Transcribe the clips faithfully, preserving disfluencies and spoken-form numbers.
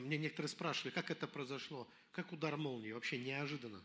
мне некоторые спрашивали, как это произошло, как удар молнии, вообще неожиданно.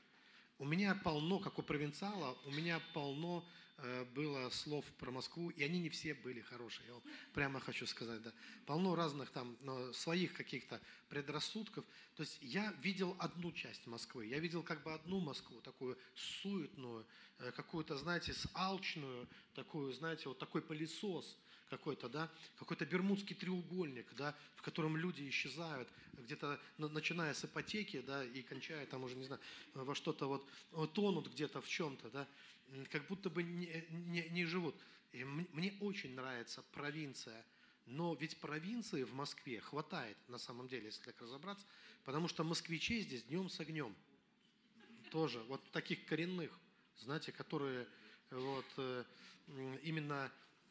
У меня полно, как у провинциала, у меня полно э, было слов про Москву, и они не все были хорошие, я вам прямо хочу сказать, да. Полно разных там но, своих каких-то предрассудков. То есть я видел одну часть Москвы, я видел как бы одну Москву, такую суетную, э, какую-то, знаете, алчную, такую, знаете, вот такой пылесос какой-то, да, какой-то бермудский треугольник, да, в котором люди исчезают, где-то начиная с ипотеки, да, и кончая там уже, не знаю, во что-то вот, вот тонут где-то в чем-то, да, как будто бы не, не, не живут. И мне очень нравится провинция, но ведь провинции в Москве хватает, на самом деле, если так разобраться, потому что москвичей здесь днем с огнем. Тоже, вот таких коренных, знаете, которые вот именно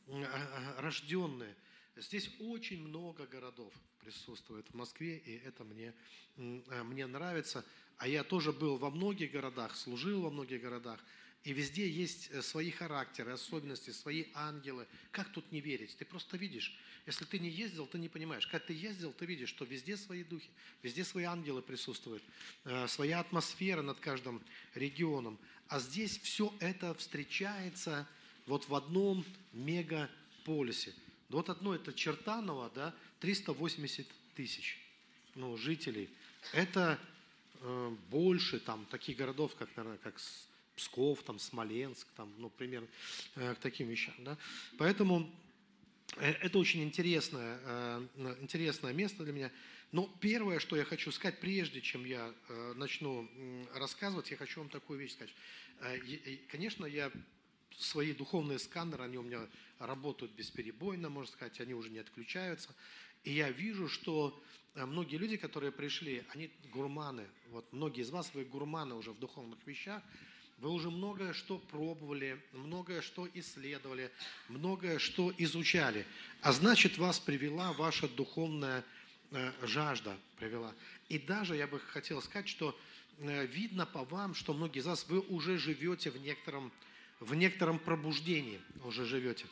рожденные. Здесь очень много городов присутствует в Москве, и это мне, мне нравится. А я тоже был во многих городах, служил во многих городах, и везде есть свои характеры, особенности, свои ангелы. Как тут не верить? Ты просто видишь. Если ты не ездил, ты не понимаешь. Когда ты ездил, ты видишь, что везде свои духи, везде свои ангелы присутствуют, своя атмосфера над каждым регионом. А здесь все это встречается вот в одном мегаполисе. Вот одно это Чертаново, да, триста восемьдесят тысяч ну, жителей. Это э, больше там таких городов, как, наверное, как Псков, там, Смоленск, там, ну, примерно э, к таким вещам. Да. Поэтому э, это очень интересное, э, интересное место для меня. Но первое, что я хочу сказать, прежде чем я э, начну э, рассказывать, я хочу вам такую вещь сказать. Э, э, конечно, я свои духовные сканеры, они у меня работают бесперебойно, можно сказать, они уже не отключаются. И я вижу, что многие люди, которые пришли, они гурманы. Вот многие из вас, вы гурманы уже в духовных вещах. Вы уже многое что пробовали, многое что исследовали, многое что изучали. А значит, вас привела ваша духовная жажда. Привела. И даже я бы хотел сказать, что видно по вам, что многие из вас, вы уже живете в некотором в некотором пробуждении уже живете.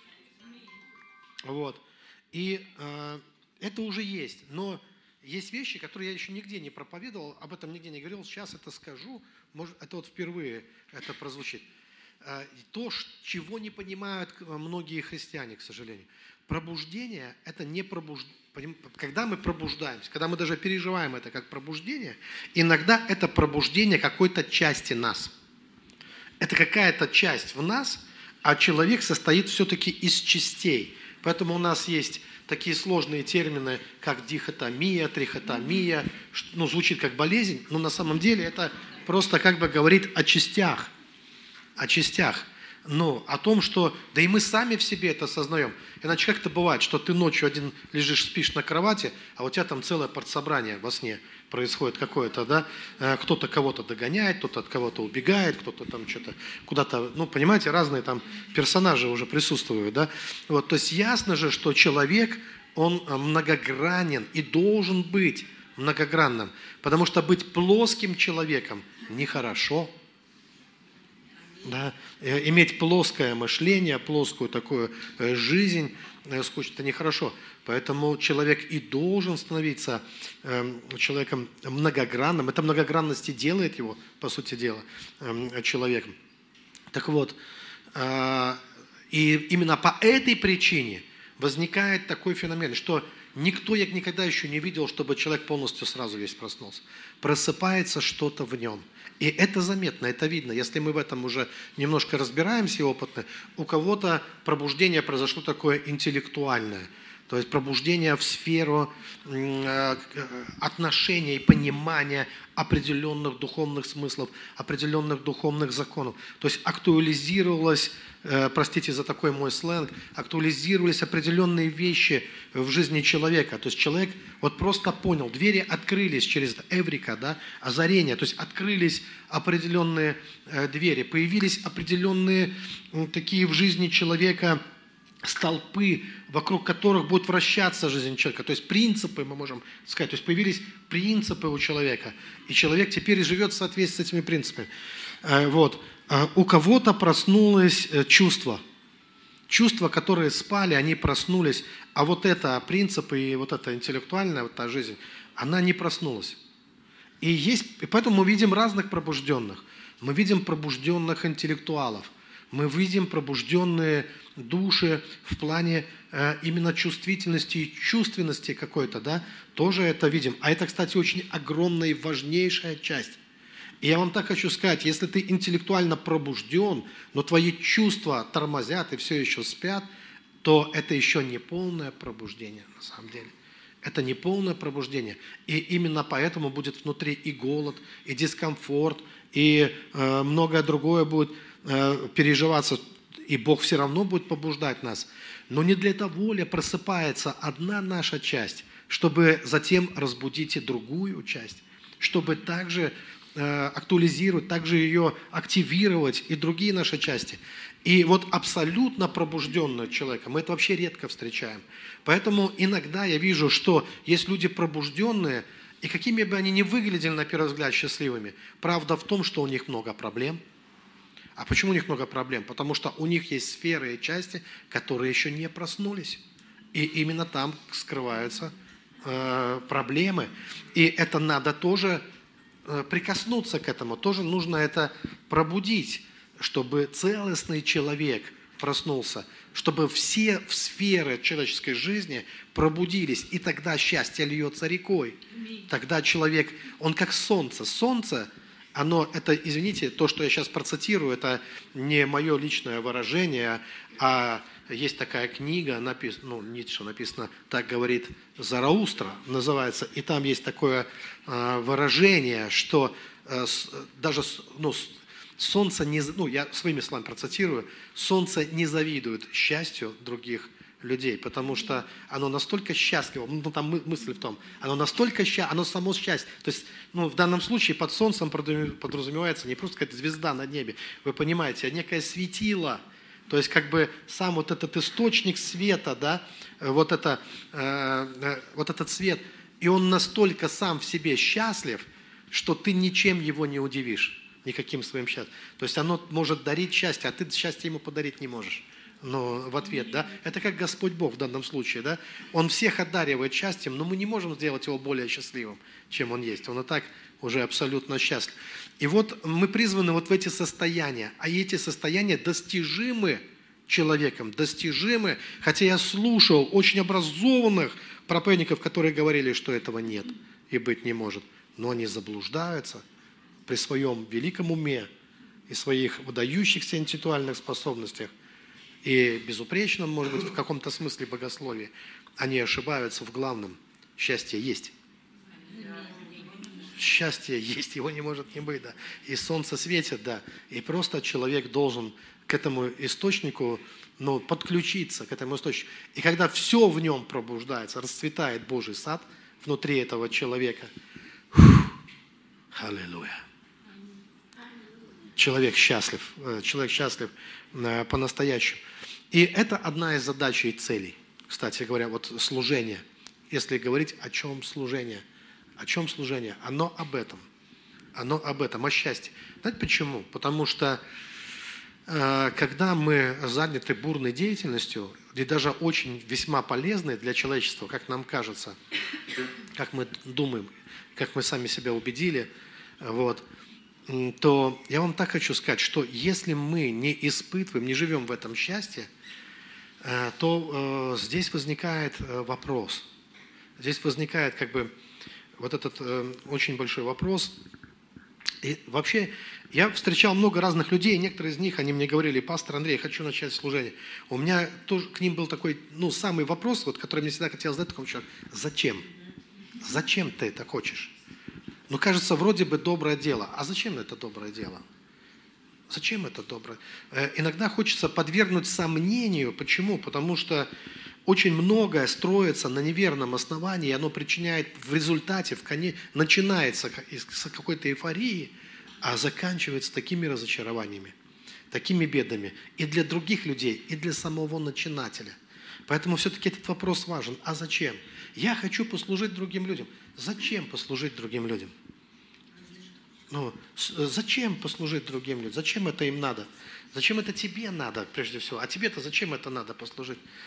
Вот. И э, это уже есть. Но есть вещи, которые я еще нигде не проповедовал, об этом нигде не говорил. Сейчас это скажу. Может, это вот впервые это прозвучит. Э, то, чего не понимают многие христиане, к сожалению. Пробуждение – это не пробуждение. Когда мы пробуждаемся, когда мы даже переживаем это как пробуждение, иногда это пробуждение какой-то части нас. Это какая-то часть в нас, а человек состоит все-таки из частей. Поэтому у нас есть такие сложные термины, как дихотомия, трихотомия. Ну, звучит как болезнь, но на самом деле это просто как бы говорит о частях. О частях. Но о том, что... Да и мы сами в себе это осознаем. Иначе как это бывает, что ты ночью один лежишь, спишь на кровати, а у тебя там целое партсобрание во сне происходит какое-то, да? Кто-то кого-то догоняет, кто-то от кого-то убегает, кто-то там что-то куда-то... Ну, понимаете, разные там персонажи уже присутствуют, да? Вот, то есть ясно же, что человек, он многогранен и должен быть многогранным. Потому что быть плоским человеком нехорошо. Да, иметь плоское мышление, плоскую такую жизнь, скучно, это нехорошо. Поэтому человек и должен становиться человеком многогранным. Эта многогранность и делает его, по сути дела, человеком. Так вот, и именно по этой причине возникает такой феномен, что никто, я никогда еще не видел, чтобы человек полностью сразу весь проснулся. Просыпается что-то в нем. И это заметно, это видно. Если мы в этом уже немножко разбираемся и опытны, у кого-то пробуждение произошло такое интеллектуальное. То есть пробуждение в сферу отношения и понимания определенных духовных смыслов, определенных духовных законов. То есть актуализировалось, простите за такой мой сленг, актуализировались определенные вещи в жизни человека. То есть человек вот просто понял, двери открылись через эврика, да, озарение, то есть открылись определенные двери, появились определенные такие в жизни человека столпы, вокруг которых будет вращаться жизнь человека. То есть принципы, мы можем сказать, то есть появились принципы у человека, и человек теперь живет в соответствии с этими принципами. Вот. У кого-то проснулось чувство. Чувства, которые спали, они проснулись, а вот это принципы и вот эта интеллектуальная вот та жизнь, она не проснулась. И, есть, и поэтому мы видим разных пробужденных. Мы видим пробужденных интеллектуалов. Мы видим пробужденные души в плане э, именно чувствительности и чувственности какой-то, да, тоже это видим. А это, кстати, очень огромная и важнейшая часть. И я вам так хочу сказать, если ты интеллектуально пробужден, но твои чувства тормозят и все еще спят, то это еще не полное пробуждение на самом деле. Это не полное пробуждение. И именно поэтому будет внутри и голод, и дискомфорт, и э, многое другое будет э, переживаться. И Бог все равно будет побуждать нас. Но не для того ли просыпается одна наша часть, чтобы затем разбудить и другую часть, чтобы также э, актуализировать, также ее активировать и другие наши части. И вот абсолютно пробужденного человека мы это вообще редко встречаем. Поэтому иногда я вижу, что есть люди пробужденные, и какими бы они ни выглядели на первый взгляд счастливыми, правда в том, что у них много проблем. А почему у них много проблем? Потому что у них есть сферы и части, которые еще не проснулись. И именно там скрываются э, проблемы. И это надо тоже э, прикоснуться к этому, тоже нужно это пробудить, чтобы целостный человек проснулся, чтобы все сферы человеческой жизни пробудились, и тогда счастье льется рекой. Тогда человек, он как солнце. Солнце, оно, это, извините, то, что я сейчас процитирую, это не мое личное выражение, а есть такая книга, напис, ну, Ницше написано, так говорит Зараустра, называется, и там есть такое э, выражение, что э, с, даже, ну, солнце, не, ну, я своими словами процитирую, солнце не завидует счастью других людей, потому что оно настолько счастливо, ну, там мысль в том, оно настолько счастливо, оно само счастье. То есть, ну, в данном случае под солнцем подразумевается не просто какая-то звезда на небе, вы понимаете, а некое светило, то есть, как бы сам вот этот источник света, да, вот, это, э, вот этот свет, и он настолько сам в себе счастлив, что ты ничем его не удивишь, никаким своим счастьем. То есть, оно может дарить счастье, а ты счастье ему подарить не можешь. Но в ответ, да, это как Господь Бог в данном случае, да, Он всех одаривает счастьем, но мы не можем сделать Его более счастливым, чем Он есть, Он и так уже абсолютно счастлив. И вот мы призваны вот в эти состояния, а эти состояния достижимы человеком, достижимы, хотя я слушал очень образованных проповедников, которые говорили, что этого нет и быть не может, но они заблуждаются при своем великом уме и своих выдающихся интеллектуальных способностях, и безупречном, может быть, в каком-то смысле богословии, они ошибаются в главном. Счастье есть. Счастье есть, его не может не быть, да. И солнце светит, да. И просто человек должен к этому источнику, ну, подключиться, к этому источнику. И когда все в нем пробуждается, расцветает Божий сад внутри этого человека, аллилуйя. Человек счастлив, человек счастлив по-настоящему. И это одна из задач и целей, кстати говоря, вот служение. Если говорить о чем служение, о чем служение, оно об этом, оно об этом, о счастье. Знаете почему? Потому что э, когда мы заняты бурной деятельностью, и даже очень весьма полезной для человечества, как нам кажется, как мы думаем, как мы сами себя убедили, вот, то я вам так хочу сказать, что если мы не испытываем, не живем в этом счастье, то э, здесь возникает э, вопрос. Здесь возникает как бы вот этот э, очень большой вопрос. И вообще, я встречал много разных людей, некоторые из них, они мне говорили: пастор Андрей, я хочу начать служение. У меня тоже к ним был такой, ну, самый вопрос, вот, который мне всегда хотел задать такому человеку: зачем? Зачем ты это хочешь? Ну, кажется, вроде бы доброе дело. А зачем это доброе дело? Зачем это доброе? Иногда хочется подвергнуть сомнению. Почему? Потому что очень многое строится на неверном основании, и оно причиняет в результате, в коне, начинается с какой-то эйфории, а заканчивается такими разочарованиями, такими бедами и для других людей, и для самого начинателя. Поэтому все-таки этот вопрос важен. А зачем? Я хочу послужить другим людям. Зачем послужить другим людям? Ну, зачем послужить другим людям? Зачем это им надо? Зачем это тебе надо, прежде всего? А тебе-то зачем это надо послужить?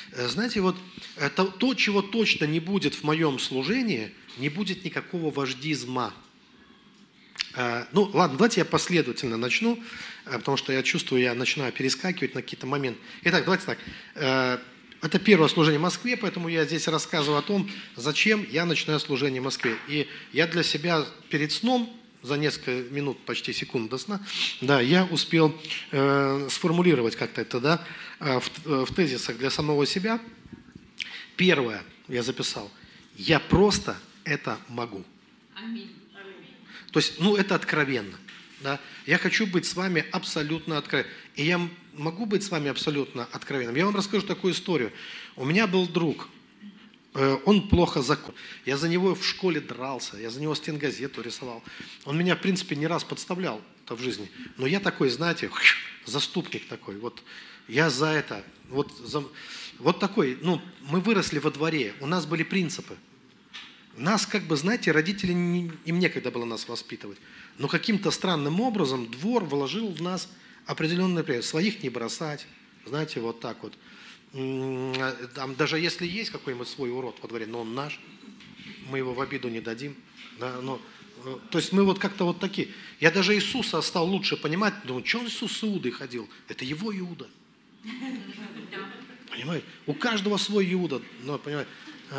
Э, Знаете, вот это то, чего точно не будет в моем служении, не будет никакого вождизма. Э, Ну, ладно, давайте я последовательно начну, э, потому что я чувствую, я начинаю перескакивать на какие-то моменты. Итак, давайте так. Э, Это первое служение в Москве, поэтому я здесь рассказываю о том, зачем я начинаю служение в Москве. И я для себя перед сном, за несколько минут, почти секунд до сна, да, я успел э, сформулировать как-то это, да, э, в, в тезисах для самого себя. Первое, я записал, я просто это могу. Аминь. То есть, ну, это откровенно. Да? Я хочу быть с вами абсолютно откровенным. И я могу быть с вами абсолютно откровенным. Я вам расскажу такую историю. У меня был друг, э, он плохо закон. Я за него в школе дрался, я за него стенгазету рисовал. Он меня, в принципе, не раз подставлял в жизни. Но я такой, знаете, заступник такой. Вот я за это, вот, за, вот такой, ну, мы выросли во дворе, у нас были принципы. Нас, как бы, знаете, родители, не, им некогда было нас воспитывать. Но каким-то странным образом двор вложил в нас определенные принципы. Своих не бросать, знаете, вот так вот. Там, даже если есть какой-нибудь свой урод во дворе, но он наш, мы его в обиду не дадим. Да, но, то есть мы вот как-то вот такие. Я даже Иисуса стал лучше понимать. Думаю, что он Иисус с Иудой ходил? Это его Иуда. Понимаете? У каждого свой Иуда. Ну, понимаете?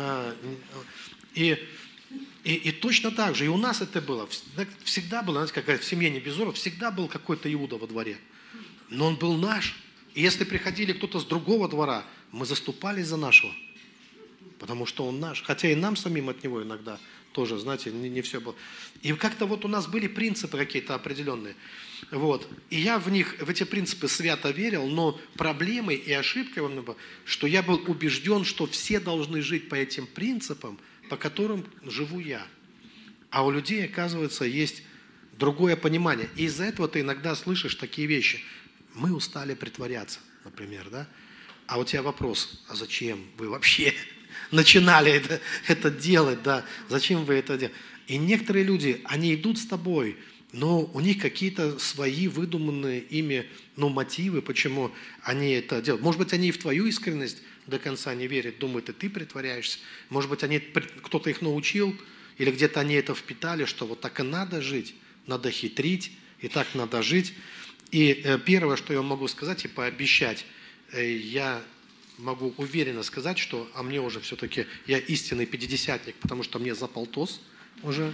И, и, и точно так же, и у нас это было. Всегда было, знаете, как в семье Небезуров, всегда был какой-то Иуда во дворе. Но он был наш. И если приходили кто-то с другого двора, мы заступались за нашего. Потому что он наш. Хотя и нам самим от него иногда тоже, знаете, не, не все было. И как-то вот у нас были принципы какие-то определенные. Вот. И я в них, в эти принципы свято верил, но проблемой и ошибкой во мне было, что я был убежден, что все должны жить по этим принципам, по которым живу я. А у людей, оказывается, есть другое понимание. И из-за этого ты иногда слышишь такие вещи. Мы устали притворяться, например, да? А у тебя вопрос, а зачем вы вообще начинали это, это делать, да? Зачем вы это делаете? И некоторые люди, они идут с тобой, но у них какие-то свои выдуманные ими, ну, мотивы, почему они это делают. Может быть, они и в твою искренность до конца не верят, думают, и ты притворяешься. Может быть, они, кто-то их научил, или где-то они это впитали, что вот так и надо жить, надо хитрить, и так надо жить. И э, первое, что я могу сказать и пообещать, э, я могу уверенно сказать, что, а мне уже все-таки, я истинный пятидесятник, потому что мне за полтос уже.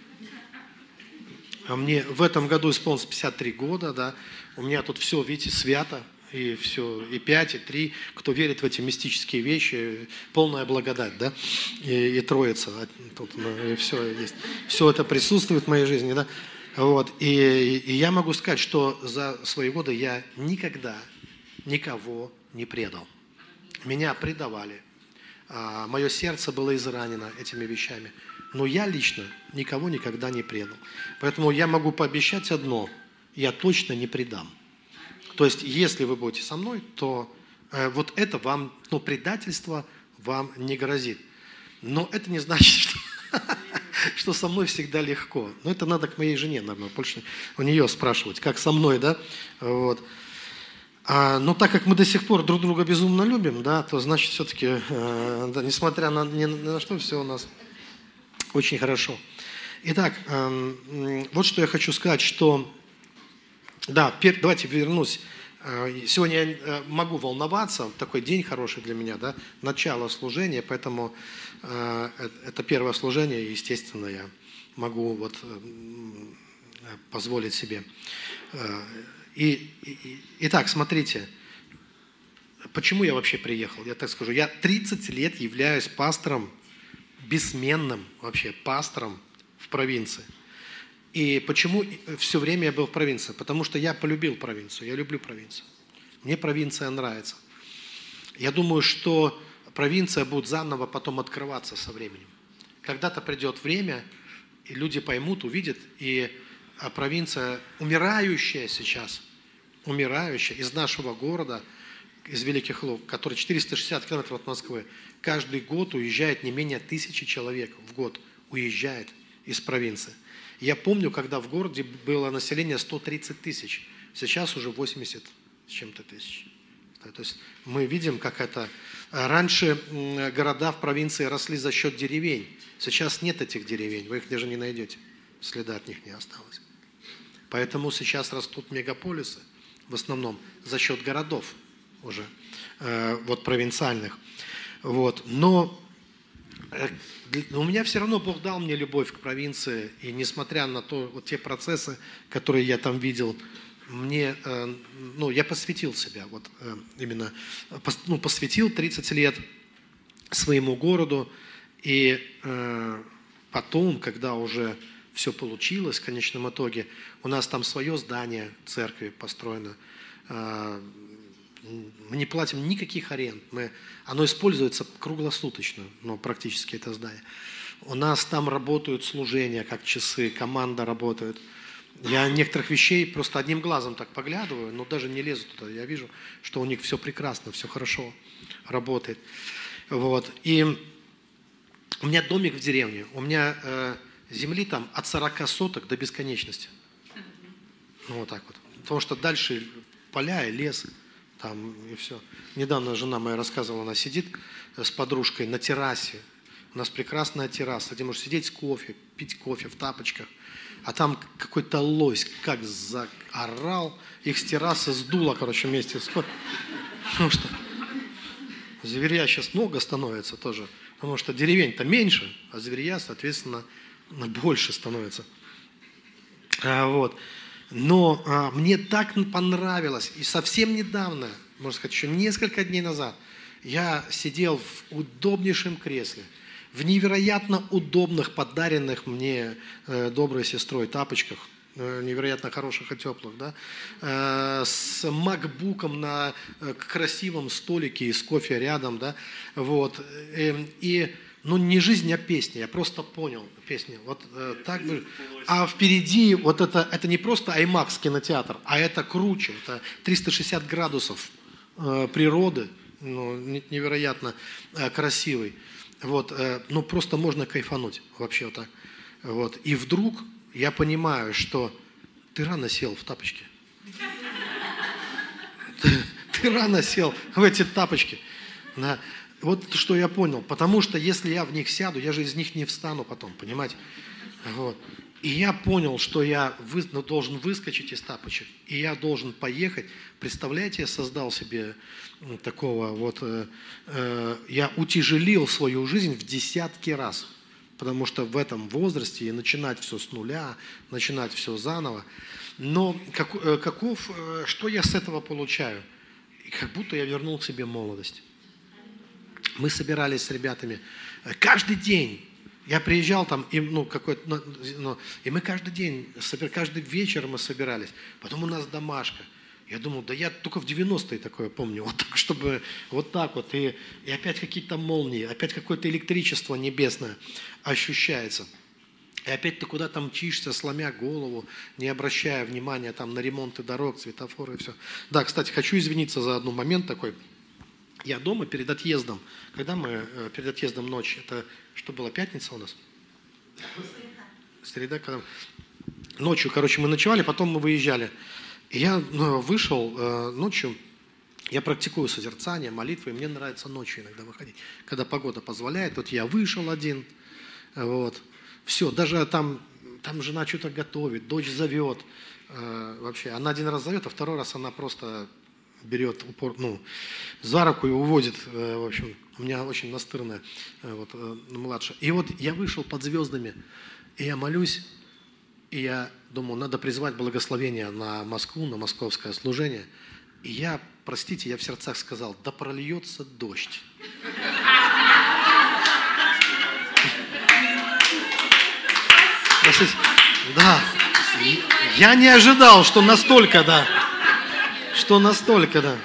А мне в этом году исполнилось пятьдесят три года, да. У меня тут все, видите, свято. И все, и пять, и три, кто верит в эти мистические вещи, полная благодать, да, и, и Троица, тут, и все есть, все это присутствует в моей жизни, да, вот, и, и я могу сказать, что за свои годы я никогда никого не предал, меня предавали, а, мое сердце было изранено этими вещами, но я лично никого никогда не предал, поэтому я могу пообещать одно, я точно не предам. То есть, если вы будете со мной, то э, вот это вам, ну, предательство вам не грозит. Но это не значит, что, что со мной всегда легко. Но это надо к моей жене, наверное, больше у нее спрашивать, как со мной, да? Вот. А, но так как мы до сих пор друг друга безумно любим, да, то значит, все-таки, э, да, несмотря на ни на что, все у нас очень хорошо. Итак, э, вот что я хочу сказать, что... Да, давайте вернусь. Сегодня я могу волноваться, такой день хороший для меня, да, начало служения, поэтому это первое служение, естественно, я могу вот позволить себе. И, и, итак, смотрите, почему я вообще приехал? Я так скажу, я тридцать лет являюсь пастором, бессменным вообще пастором в провинции. И почему все время я был в провинции? Потому что я полюбил провинцию, я люблю провинцию. Мне провинция нравится. Я думаю, что провинция будет заново потом открываться со временем. Когда-то придет время, и люди поймут, увидят, и провинция, умирающая сейчас, умирающая из нашего города, из Великих Луг, который четыреста шестьдесят километров от Москвы, каждый год уезжает не менее тысячи человек в год, уезжает из провинции. Я помню, когда в городе было население сто тридцать тысяч, сейчас уже восемьдесят с чем-то тысяч. То есть мы видим, как это Раньше города в провинции росли за счет деревень. Сейчас нет этих деревень, вы их даже не найдете. Следа от них не осталось. Поэтому сейчас растут мегаполисы, в основном за счет городов уже, вот провинциальных. Вот. Но у меня все равно Бог дал мне любовь к провинции, и несмотря на то, вот те процессы, которые я там видел, мне, ну, я посвятил себя, вот именно, ну, посвятил тридцать лет своему городу, и потом, когда уже все получилось в конечном итоге, у нас там свое здание церкви построено, мы не платим никаких аренд, мы, оно используется круглосуточно, ну, практически это здание. У нас там работают служения, как часы, команда работает. Я некоторых вещей просто одним глазом так поглядываю, но даже не лезу туда. Я вижу, что у них все прекрасно, все хорошо работает. Вот. И у меня домик в деревне, у меня э, земли там от сорока соток до бесконечности. Ну, вот так вот. Потому что дальше поля и лес, там и все. Недавно жена моя рассказывала, она сидит с подружкой на террасе. У нас прекрасная терраса, где можешь сидеть с кофе, пить кофе в тапочках. А там какой-то лось как заорал, их с террасы сдуло, короче, вместе с... Потому что зверя сейчас много становится тоже, потому что деревень-то меньше, а зверя, соответственно, больше становится. А, вот. Но а, мне так понравилось, и совсем недавно, можно сказать, еще несколько дней назад, я сидел в удобнейшем кресле, в невероятно удобных, подаренных мне э, доброй сестрой тапочках, э, невероятно хороших и теплых, да, э, с макбуком на э, красивом столике и с кофе рядом, да, вот, э, и, ну, не жизнь, а песня, я просто понял песню, вот э, так бы, а впереди вот это, это не просто IMAX кинотеатр, а это круче, это триста шестьдесят градусов э, природы, ну, невероятно э, красивый. Вот, ну просто можно кайфануть вообще вот так. Вот. И вдруг я понимаю, что ты рано сел в тапочки. Ты, ты рано сел в эти тапочки. Да. Вот что я понял. Потому что если я в них сяду, я же из них не встану потом, понимаете? Вот. И я понял, что я вы, должен выскочить из тапочек, и я должен поехать. Представляете, я создал себе такого вот, э, э, я утяжелил свою жизнь в десятки раз, потому что в этом возрасте и начинать все с нуля, начинать все заново. Но как, э, каков, э, что я с этого получаю? И как будто я вернул к себе молодость. Мы собирались с ребятами каждый день. Я приезжал там, и, ну, какой-то, ну, и мы каждый день, каждый вечер мы собирались. Потом у нас домашка. Я думал, да я только в девяностые такое помню, вот так, чтобы вот так вот. И, и опять какие-то молнии, опять какое-то электричество небесное ощущается. И опять ты куда-то мчишься, сломя голову, не обращая внимания там, на ремонты дорог, светофоры и все. Да, кстати, хочу извиниться за один момент такой. Я дома перед отъездом, когда мы перед отъездом ночью, это что было, пятница у нас? Среда, когда... Ночью, короче, мы ночевали, потом мы выезжали. И я ну, вышел э, ночью, я практикую созерцание, молитвы, и мне нравится ночью иногда выходить. Когда погода позволяет, вот я вышел один, вот, все, даже там, там жена что-то готовит, дочь зовет, э, вообще, она один раз зовет, а второй раз она просто... берет упор, ну, за руку и уводит, э, в общем, у меня очень настырная э, вот, э, младшая. И вот я вышел под звездами, и я молюсь, и я думаю, надо призвать благословение на Москву, на московское служение. И я, простите, я в сердцах сказал, да прольется дождь. Простите, да, я не ожидал, что настолько, да. Что настолько, да.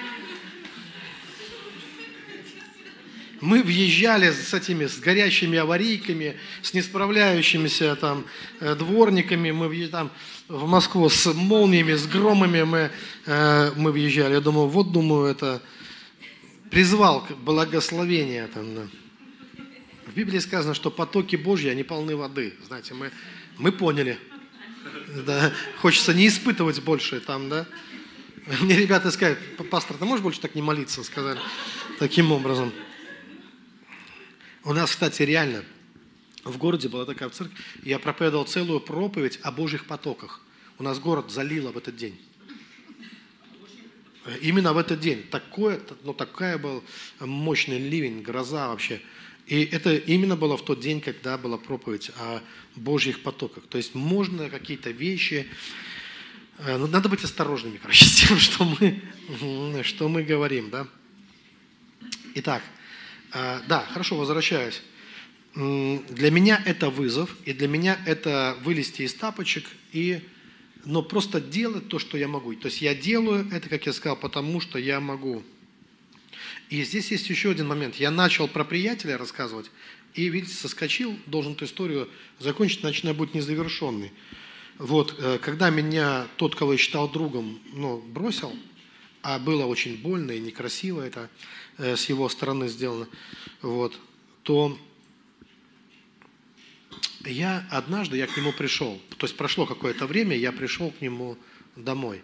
Мы въезжали с этими, с горящими аварийками, с несправляющимися там дворниками, мы въезжали там в Москву с молниями, с громами мы, э, мы въезжали. Я думаю, вот, думаю, это призвал благословение. Там, да. В Библии сказано, что потоки Божьи, они полны воды. Знаете, мы, мы поняли. Да. Хочется не испытывать больше там, да. Мне ребята сказали, пастор, ты можешь больше так не молиться, сказали. таким образом. У нас, кстати, реально в городе была такая церковь, я проповедовал целую проповедь о Божьих потоках. У нас город залило в этот день. Именно в этот день. Такое, ну, такая был мощный ливень, гроза вообще. И это именно было в тот день, когда была проповедь о Божьих потоках. То есть можно какие-то вещи... Ну, надо быть осторожными, короче, с тем, что мы, что мы говорим, да. Итак, да, хорошо, возвращаюсь. Для меня это вызов, и для меня это вылезти из тапочек и... Но просто делать то, что я могу. То есть я делаю это, как я сказал, потому что я могу. И здесь есть еще один момент. Я начал про приятеля рассказывать, и, видите, соскочил, должен эту историю закончить, иначе она будет незавершенной. Вот, когда меня тот, кого я считал другом, ну, бросил, а было очень больно и некрасиво это с его стороны сделано, вот, то... Я однажды, я к нему пришел, то есть прошло какое-то время, я пришел к нему домой.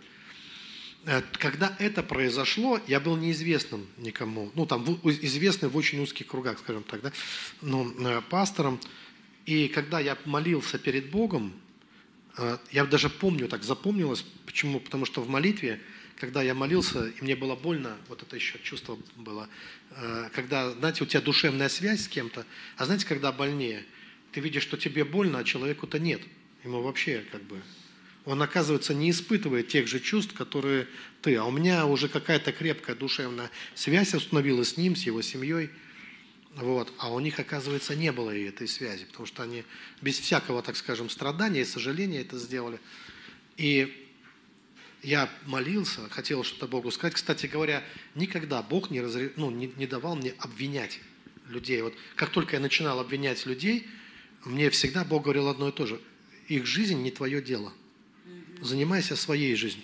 Когда это произошло, я был неизвестным никому, ну там известный в очень узких кругах, скажем так, да, ну, пастором. И когда я молился перед Богом, я даже помню, так запомнилось, почему? Потому что в молитве, когда я молился, и мне было больно, вот это еще чувство было, когда, знаете, у тебя душевная связь с кем-то, а знаете, когда больнее, ты видишь, что тебе больно, а человеку-то нет. Ему вообще как бы... Он, оказывается, не испытывает тех же чувств, которые ты. А у меня уже какая-то крепкая душевная связь установилась с ним, с его семьей. Вот. А у них, оказывается, не было и этой связи, потому что они без всякого, так скажем, страдания и сожаления это сделали. И я молился, хотел что-то Богу сказать. Кстати говоря, никогда Бог не, разре... ну, не, не давал мне обвинять людей. Вот как только я начинал обвинять людей, мне всегда Бог говорил одно и то же. Их жизнь не твое дело. Занимайся своей жизнью.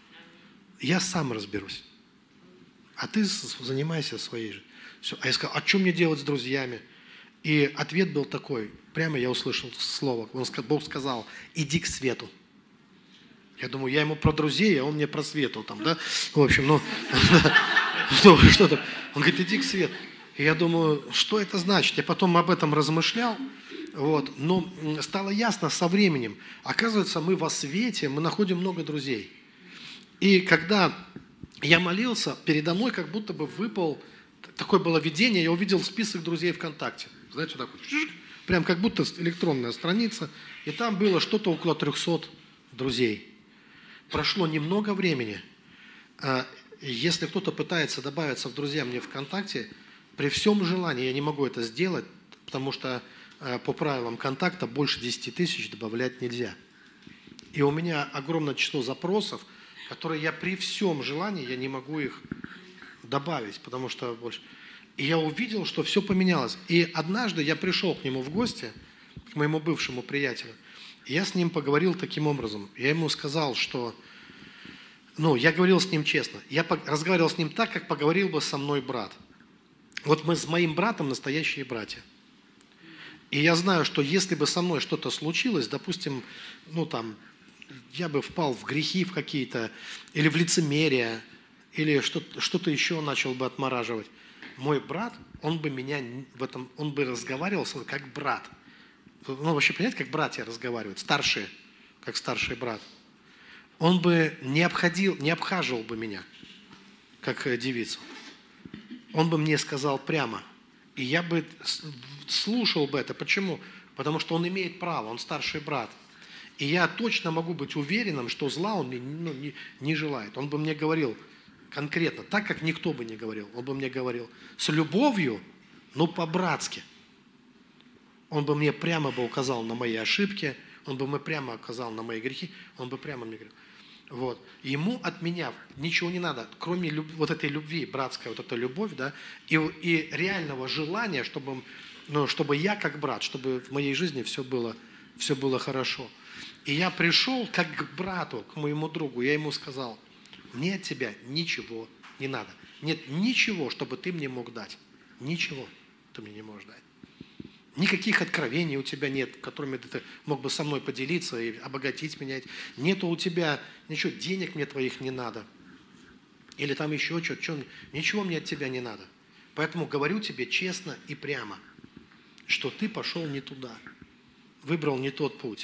Я сам разберусь. А ты занимайся своей жизнью. Все. А я сказал, а что мне делать с друзьями? И ответ был такой. Прямо я услышал слово. Он, Бог сказал, иди к свету. Я думаю, я ему про друзей, а он мне про свету. Там, да? В общем, ну, что там? Он говорит, иди к свету. И я думаю, что это значит? Я потом об этом размышлял. Вот. Но стало ясно со временем. Оказывается, мы во свете, мы находим много друзей. И когда я молился, передо мной как будто бы выпал, такое было видение, я увидел список друзей ВКонтакте. Знаете, вот так вот, прям как будто электронная страница. И там было что-то около трехсот друзей. Прошло немного времени. Если кто-то пытается добавиться в друзья мне ВКонтакте, при всем желании я не могу это сделать, потому что по правилам контакта больше десяти тысяч добавлять нельзя. И у меня огромное число запросов, которые я при всем желании, я не могу их добавить, потому что больше. И я увидел, что все поменялось. И однажды я пришел к нему в гости, к моему бывшему приятелю, и я с ним поговорил таким образом. Я ему сказал, что... Ну, я говорил с ним честно. Я разговаривал с ним так, как поговорил бы со мной брат. Вот мы с моим братом настоящие братья. И я знаю, что если бы со мной что-то случилось, допустим, ну там, я бы впал в грехи в какие-то, или в лицемерие, или что-то, что-то еще начал бы отмораживать, мой брат, он бы меня в этом, он бы разговаривал со мной как брат. Ну, вообще, понимаете, как братья разговаривают, старшие, как старший брат. Он бы не обходил, не обхаживал бы меня, как девицу. Он бы мне сказал прямо. И я бы слушал бы это. Почему? Потому что он имеет право, он старший брат. И я точно могу быть уверенным, что зла он мне ну, не, не желает. Он бы мне говорил конкретно, так, как никто бы не говорил. Он бы мне говорил с любовью, но по-братски. Он бы мне прямо бы указал на мои ошибки, он бы мне прямо указал на мои грехи, он бы прямо мне говорил. Вот. Ему от меня ничего не надо, кроме люб... вот этой любви, братская вот эта любовь, да, и, и реального желания, чтобы, ну, чтобы я как брат, чтобы в моей жизни все было, все было хорошо. И я пришел как к брату, к моему другу, я ему сказал, мне от тебя ничего не надо. Нет ничего, чтобы ты мне мог дать. Ничего ты мне не можешь дать. Никаких откровений у тебя нет, которыми ты мог бы со мной поделиться и обогатить меня. Нету у тебя ничего, денег мне твоих не надо. Или там еще что-то. Ничего мне от тебя не надо. Поэтому говорю тебе честно и прямо, что ты пошел не туда, выбрал не тот путь.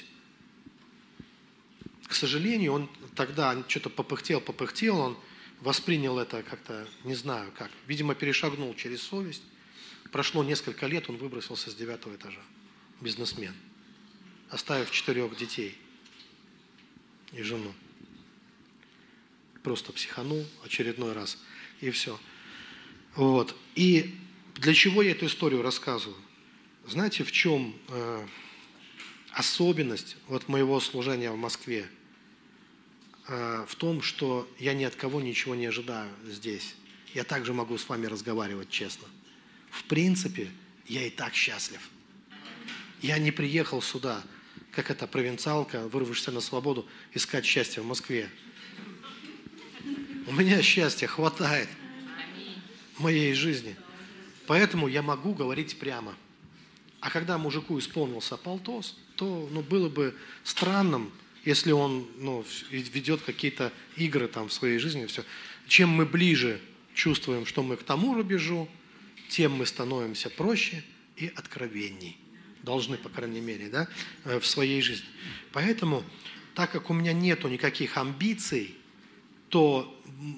К сожалению, он тогда что-то попыхтел, попыхтел, он воспринял это как-то, не знаю как, видимо, перешагнул через совесть. Прошло несколько лет, он выбросился с девятого этажа, бизнесмен, оставив четырех детей и жену. Просто психанул очередной раз, и все. Вот. И для чего я эту историю рассказываю? Знаете, в чем э, особенность вот моего служения в Москве? Э, в том, что я ни от кого ничего не ожидаю здесь. Я также могу с вами разговаривать честно. В принципе, я и так счастлив. Я не приехал сюда, как эта провинциалка, вырвавшаяся на свободу, искать счастье в Москве. У меня счастья хватает в моей жизни. Поэтому я могу говорить прямо. А когда мужику исполнился полтос, то ну, было бы странным, если он ну, ведет какие-то игры там, в своей жизни. Все. Чем мы ближе чувствуем, что мы к тому рубежу, тем мы становимся проще и откровенней. Должны, по крайней мере, да, в своей жизни. Поэтому, так как у меня нету никаких амбиций, то,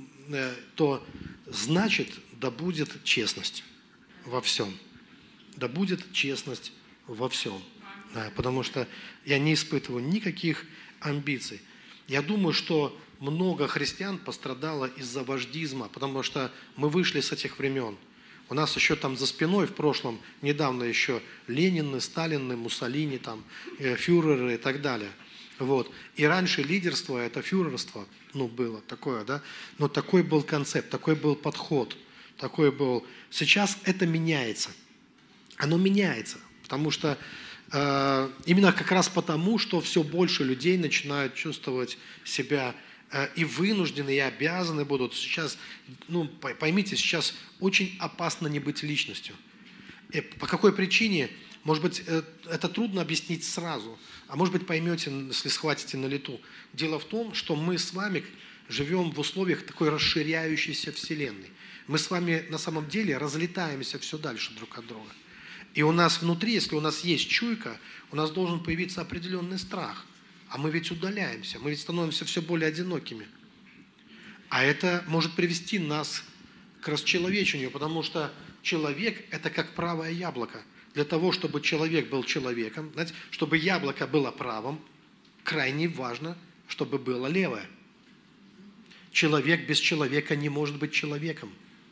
то значит, да будет честность во всем. Да будет честность во всем. Да, потому что я не испытываю никаких амбиций. Я думаю, что много христиан пострадало из-за вождизма, потому что мы вышли с этих времен. У нас еще там за спиной в прошлом, недавно еще Ленины, Сталины, Муссолини, там, э, фюреры и так далее. Вот. И раньше лидерство – это фюрерство, ну, было такое, да. Но такой был концепт, такой был подход, такой был… Сейчас это меняется. Оно меняется, потому что э, именно как раз потому, что все больше людей начинают чувствовать себя э, и вынуждены, и обязаны будут. Сейчас, ну, поймите, сейчас очень опасно не быть личностью. И по какой причине? Может быть, э, это трудно объяснить сразу, а может быть, поймете, если схватите на лету. Дело в том, что мы с вами живем в условиях такой расширяющейся вселенной. Мы с вами на самом деле разлетаемся все дальше друг от друга. И у нас внутри, если у нас есть чуйка, у нас должен появиться определенный страх. А мы ведь удаляемся, мы ведь становимся все более одинокими. А это может привести нас к расчеловечению, потому что человек – это как правое яблоко. Для того, чтобы человек был человеком, знаете, чтобы яблоко было правым, крайне важно, чтобы было левое. Человек без человека не может быть человеком.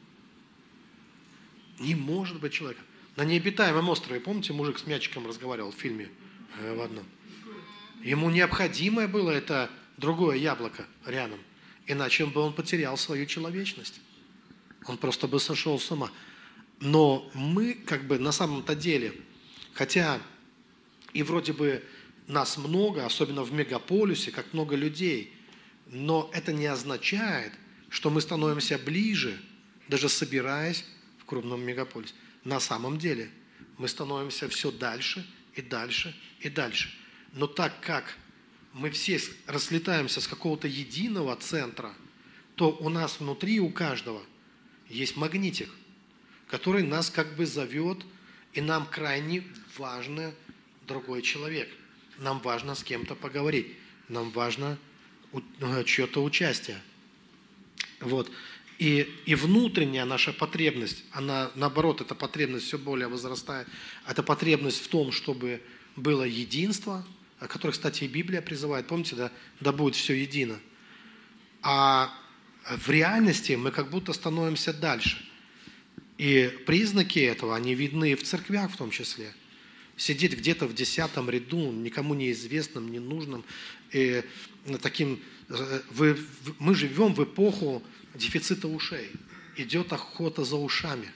Не может быть человеком. На необитаемом острове, помните, мужик с мячиком разговаривал в фильме э, в одном? Ему необходимое было это другое яблоко рядом, иначе бы он потерял свою человечность. Он просто бы сошел с ума. Но мы как бы на самом-то деле, хотя и вроде бы нас много, особенно в мегаполисе, как много людей, но это не означает, что мы становимся ближе, даже собираясь в крупном мегаполисе. На самом деле мы становимся все дальше и дальше и дальше. Но так как мы все разлетаемся с какого-то единого центра, то у нас внутри у каждого есть магнитик, который нас как бы зовет, и нам крайне важно другой человек. Нам важно с кем-то поговорить, нам важно чье-то участие. Вот. И, и внутренняя наша потребность, она, наоборот, эта потребность все более возрастает. Это потребность в том, чтобы было единство, о котором, кстати, и Библия призывает. Помните, да? Да будет все едино. А в реальности мы как будто становимся дальше. И признаки этого, они видны и в церквях в том числе. Сидеть где-то в десятом ряду, никому неизвестным, ненужным. И таким, вы, мы живем в эпоху дефицита ушей. Идет охота за ушами.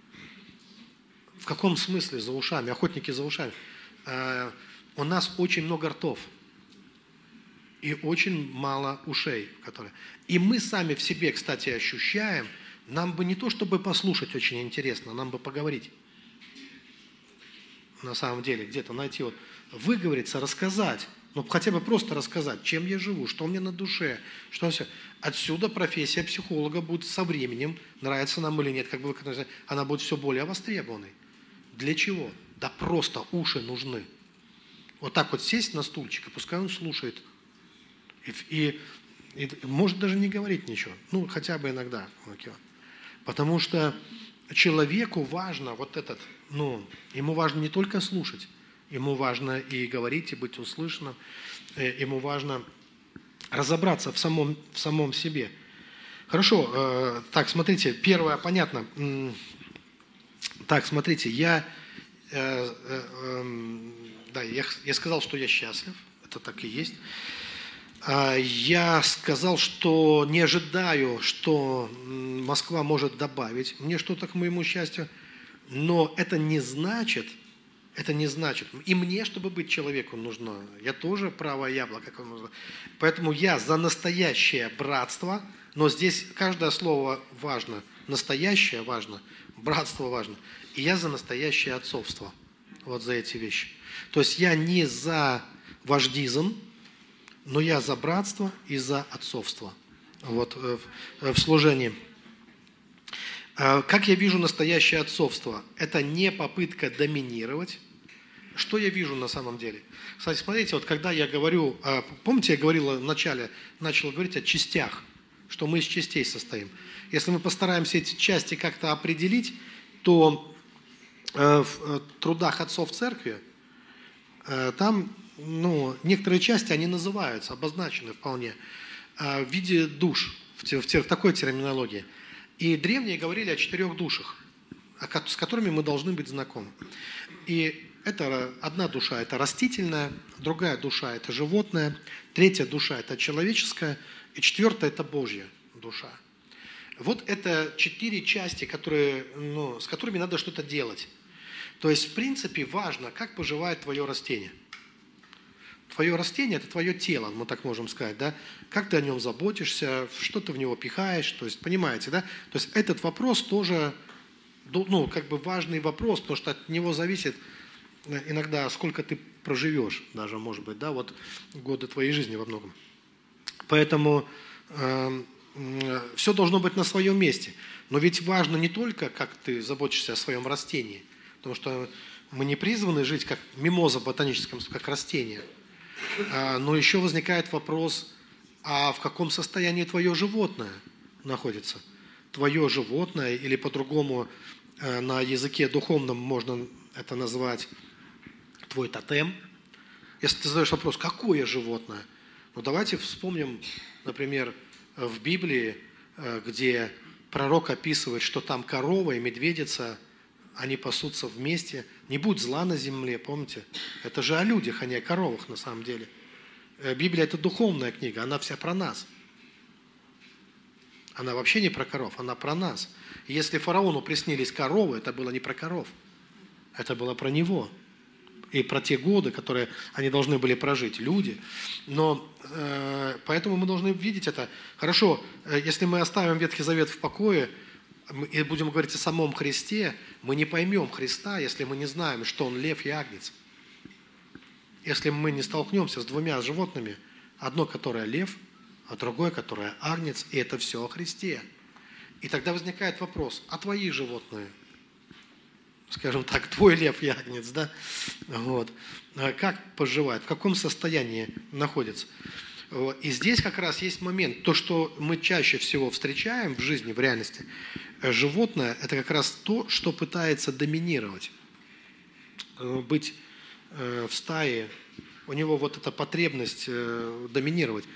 В каком смысле за ушами? Охотники за ушами. Э, у нас очень много ртов. И очень мало ушей. Которые... И мы сами в себе, кстати, ощущаем, нам бы не то, чтобы послушать очень интересно, нам бы поговорить. На самом деле, где-то найти, вот, выговориться, рассказать. Ну, хотя бы просто рассказать, чем я живу, что у меня на душе, что все. Отсюда профессия психолога будет со временем, нравится нам или нет, как бы вы сказали, она будет все более востребованной. Для чего? Да просто уши нужны. Вот так вот сесть на стульчик, и пускай он слушает. И, и, и может даже не говорить ничего. Ну, хотя бы иногда. Потому что человеку важно вот этот, ну, ему важно не только слушать, ему важно и говорить, и быть услышанным, ему важно разобраться в самом, в самом себе. Хорошо, э, так, смотрите, первое, понятно. Так, смотрите, я, э, э, э, да, я, я сказал, что я счастлив, это так и есть. Я сказал, что не ожидаю, что Москва может добавить мне что-то к моему счастью, но это не значит, это не значит, и мне, чтобы быть человеком, нужно, я тоже правое яблоко, как нужно. Поэтому я за настоящее братство, но здесь каждое слово важно, настоящее важно, братство важно, и я за настоящее отцовство, вот за эти вещи. То есть я не за вождизм, но я за братство и за отцовство вот, в, в служении. Как я вижу настоящее отцовство? Это не попытка доминировать. Что я вижу на самом деле? Кстати, смотрите, вот когда я говорю, помните, я говорил в начале, начал говорить о частях, что мы из частей состоим. Если мы постараемся эти части как-то определить, то в трудах отцов церкви там, ну, некоторые части, они называются, обозначены вполне, в виде душ, в, в, в такой терминологии. И древние говорили о четырех душах, с которыми мы должны быть знакомы. И это одна душа – это растительная, другая душа – это животная, третья душа – это человеческая, и четвертая – это Божья душа. Вот это четыре части, которые, ну, с которыми надо что-то делать. То есть, в принципе, важно, как поживает твое растение. Твое растение – это твое тело, мы так можем сказать, да? Как ты о нем заботишься, что ты в него пихаешь, то есть, понимаете, да? То есть, этот вопрос тоже, ну, как бы важный вопрос, потому что от него зависит иногда, сколько ты проживешь, даже, может быть, да, вот годы твоей жизни во многом. Поэтому э, э, все должно быть на своем месте. Но ведь важно не только, как ты заботишься о своем растении, потому что мы не призваны жить как мимоза в ботаническом, как растение. Но еще возникает вопрос, а в каком состоянии твое животное находится? Твое животное, или по-другому на языке духовном можно это назвать твой тотем. Если ты задаешь вопрос, какое животное? Ну давайте вспомним, например, в Библии, где пророк описывает, что там корова и медведица, они пасутся вместе. Не будет зла на земле, помните? Это же о людях, а не о коровах на самом деле. Библия – это духовная книга, она вся про нас. Она вообще не про коров, она про нас. И если фараону приснились коровы, это было не про коров. Это было про него. И про те годы, которые они должны были прожить, люди. Но э, поэтому мы должны видеть это. Хорошо, э, если мы оставим Ветхий Завет в покое, и будем говорить о самом Христе, мы не поймем Христа, если мы не знаем, что Он лев и агнец. Если мы не столкнемся с двумя животными, одно, которое лев, а другое, которое агнец, и это все о Христе. И тогда возникает вопрос, а твои животные? Скажем так, твой лев и агнец, да? Вот. Как поживают, в каком состоянии находятся? И здесь как раз есть момент, то, что мы чаще всего встречаем в жизни, в реальности, животное – это как раз то, что пытается доминировать, быть в стае, у него вот эта потребность доминировать.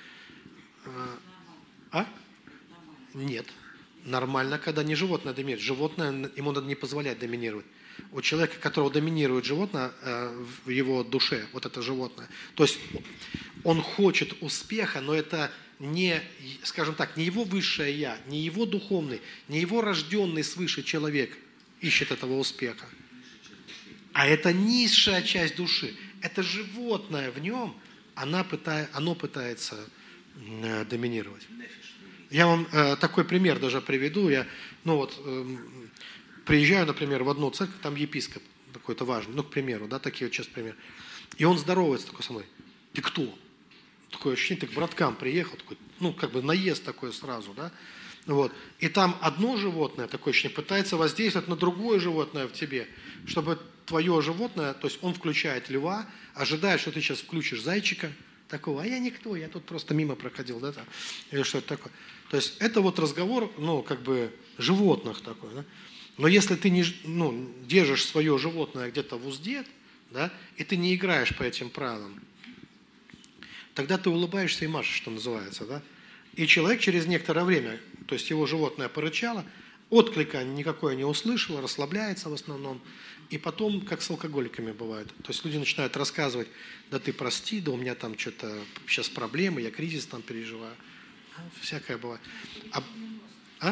А? Нет. Нормально, когда не животное доминирует. Животное, ему надо не позволять доминировать. У человека, которого доминирует животное в его душе, вот это животное, то есть он хочет успеха, но это не, скажем так, не его высшее я, не его духовный, не его рожденный свыше человек ищет этого успеха, а это низшая часть души. Это животное в нем, она пытает, оно пытается э, доминировать. Я вам э, такой пример даже приведу. Я, ну вот, э, приезжаю, например, в одну церковь, там епископ какой-то важный, ну, к примеру, да, такие вот сейчас примеры. И он здоровается такой со мной. ты кто? Такое ощущение, ты к браткам приехал, такой, ну, как бы наезд такой сразу, да? Вот. И там одно животное, такое ощущение, пытается воздействовать на другое животное в тебе, чтобы твое животное, то есть он включает льва, ожидает, что ты сейчас включишь зайчика, такого, а я никто, я тут просто мимо проходил, да, там, или что-то такое. То есть это вот разговор, ну, как бы животных такой, да? Но если ты не, ну, держишь свое животное где-то в узде, да, и ты не играешь по этим правилам, тогда ты улыбаешься и машешь, что называется, да? И человек через некоторое время, то есть его животное порычало, отклика никакой не услышало, расслабляется в основном, и потом, как с алкоголиками бывает, то есть люди начинают рассказывать, да ты прости, да у меня там что-то сейчас проблемы, я кризис там переживаю, всякое бывает. А? А?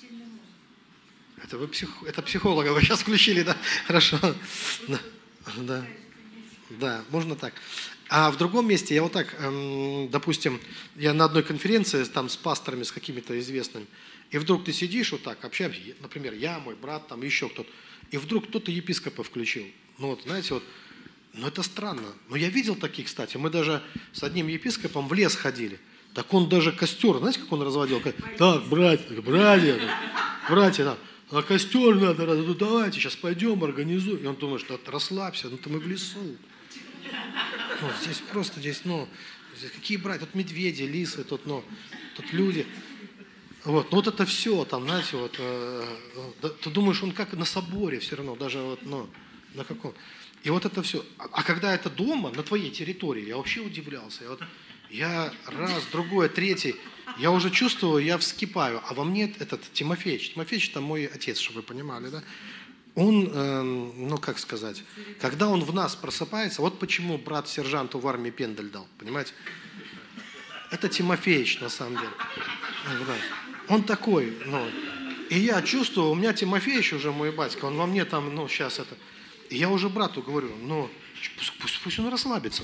Это вы псих... это психолога вы сейчас включили, да? Хорошо. Да. Да. Да, можно так. А в другом месте я вот так, эм, допустим, я на одной конференции там с пасторами, с какими-то известными, и вдруг ты сидишь вот так, общаемся, например, я, мой брат, там еще кто-то, и вдруг кто-то епископа включил. Ну вот, знаете, вот, ну это странно. Но я видел таких, кстати, мы даже с одним епископом в лес ходили. Так он даже костер, знаете, как он разводил? Так, братья, братья, братья, да. А костер надо, ну давайте, сейчас пойдем, организуем. И он думает, что расслабься, ну-то мы в лесу. Ну, здесь просто, здесь, ну, здесь какие братья, тут медведи, лисы, тут, ну, тут люди. Вот, ну вот это все, там, знаете, вот, э, э, ты думаешь, он как на соборе все равно, даже вот, ну, на каком. И вот это все. А, а когда это дома, на твоей территории, я вообще удивлялся. Я, вот, я раз, другой, третий, я уже чувствую, я вскипаю. А во мне этот Тимофеич, Тимофеич это мой отец, чтобы вы понимали, да? Он, э, ну как сказать, когда он в нас просыпается, вот почему брат сержанту в армии пендель дал, понимаете? Это Тимофеич на самом деле. Он такой, ну, и я чувствую, у меня Тимофеич уже мой батька, он во мне там, ну сейчас это, и я уже брату говорю, ну, пусть, пусть, пусть он расслабится.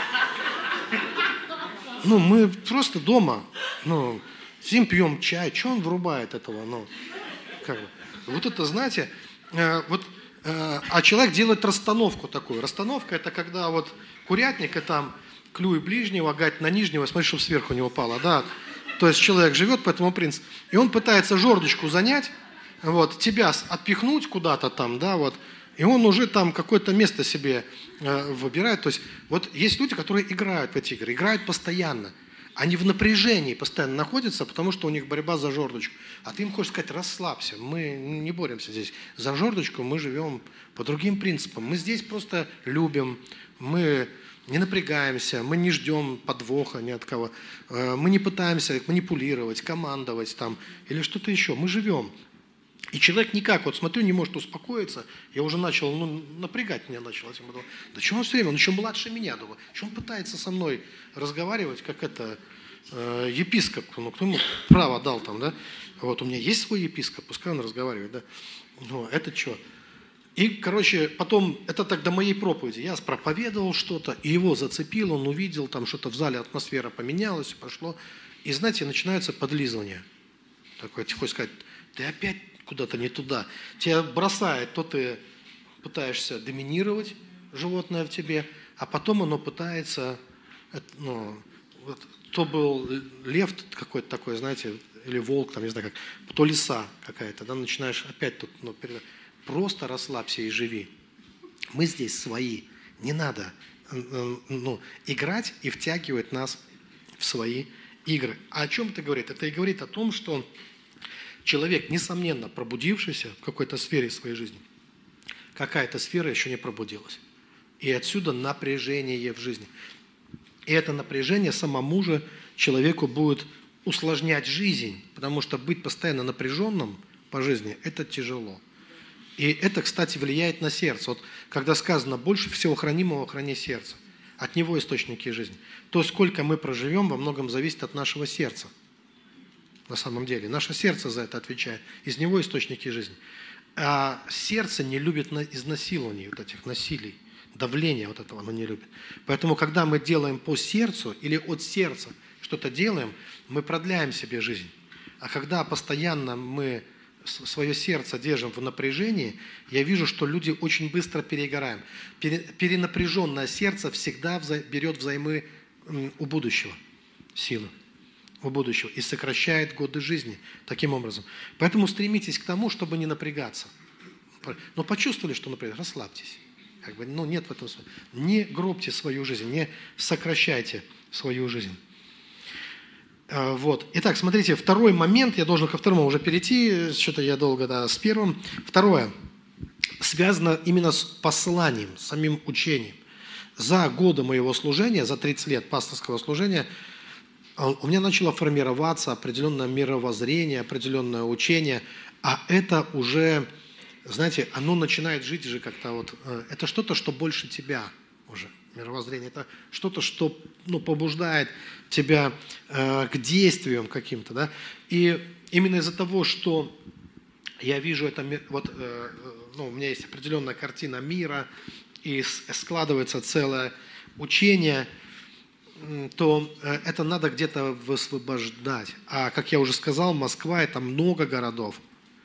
Ну, мы просто дома, ну, сидим, пьем чай, что он врубает этого, ну, как бы. Вот это, знаете, э, вот, э, а человек делает расстановку такую. Расстановка – это когда вот курятник, и там клюй ближнего, гать на нижнего, смотри, чтобы сверху не упало, да. То есть человек живет по этому принципу, и он пытается жердочку занять, вот, тебя отпихнуть куда-то там, да, вот, и он уже там какое-то место себе э, выбирает. То есть вот есть люди, которые играют в эти игры, играют постоянно. Они в напряжении постоянно находятся, потому что у них борьба за жердочку. А ты им хочешь сказать, расслабься, мы не боремся здесь за жердочку, мы живем по другим принципам. Мы здесь просто любим, мы не напрягаемся, мы не ждем подвоха ни от кого. Мы не пытаемся манипулировать, командовать там или что-то еще. Мы живем. И человек никак, вот смотрю, не может успокоиться. Я уже начал, ну, напрягать меня начал этим. Да что он все время, он еще младше меня, думаю. Что он пытается со мной разговаривать, как это, э, епископ, ну, кто ему право дал там, да? Вот у меня есть свой епископ, пускай он разговаривает, да? Ну, это что? И, короче, потом, это так до моей проповеди, я проповедовал что-то, и его зацепил, он увидел, там что-то в зале, атмосфера поменялась, пошло. И, знаете, начинается подлизывание. Такое, тихо сказать, ты опять куда-то не туда. Тебя бросает, то ты пытаешься доминировать животное в тебе, а потом оно пытается, ну, вот, то был лев какой-то такой, знаете, или волк, там, не знаю как, то лиса какая-то, да, начинаешь опять тут, ну, просто расслабься и живи. Мы здесь свои, не надо, ну, играть и втягивать нас в свои игры. А о чем это говорит? Это и говорит о том, что человек, несомненно, пробудившийся в какой-то сфере своей жизни, какая-то сфера еще не пробудилась. И отсюда напряжение в жизни. И это напряжение самому же человеку будет усложнять жизнь, потому что быть постоянно напряженным по жизни – это тяжело. И это, кстати, влияет на сердце. Вот когда сказано «больше всего хранимого храни сердце», от него источники жизни, то сколько мы проживем, во многом зависит от нашего сердца. На самом деле. Наше сердце за это отвечает. Из него источники жизни. А сердце не любит изнасилований, вот этих насилий, давления вот этого оно не любит. Поэтому, когда мы делаем по сердцу или от сердца что-то делаем, мы продляем себе жизнь. А когда постоянно мы свое сердце держим в напряжении, я вижу, что люди очень быстро перегораем. Перенапряженное сердце всегда берет взаймы у будущего силы, у будущего, и сокращает годы жизни таким образом. Поэтому стремитесь к тому, чтобы не напрягаться. Но почувствовали, что напрягаться, расслабьтесь. Как бы, ну, нет в этом смысла. Не гробьте свою жизнь, не сокращайте свою жизнь. Вот. Итак, смотрите, второй момент, я должен ко второму уже перейти, что-то я долго, да, с первым. Второе, связано именно с посланием, с самим учением. За годы моего служения, за тридцать лет пасторского служения, у меня начало формироваться определенное мировоззрение, определенное учение, а это уже, знаете, оно начинает жить же как-то вот, это что-то, что больше тебя уже, мировоззрение, это что-то, что, ну, побуждает тебя э, к действиям каким-то, да, и именно из-за того, что я вижу это, вот, э, ну, у меня есть определенная картина мира, и складывается целое учение, то это надо где-то высвобождать. А, как я уже сказал, Москва – это много городов.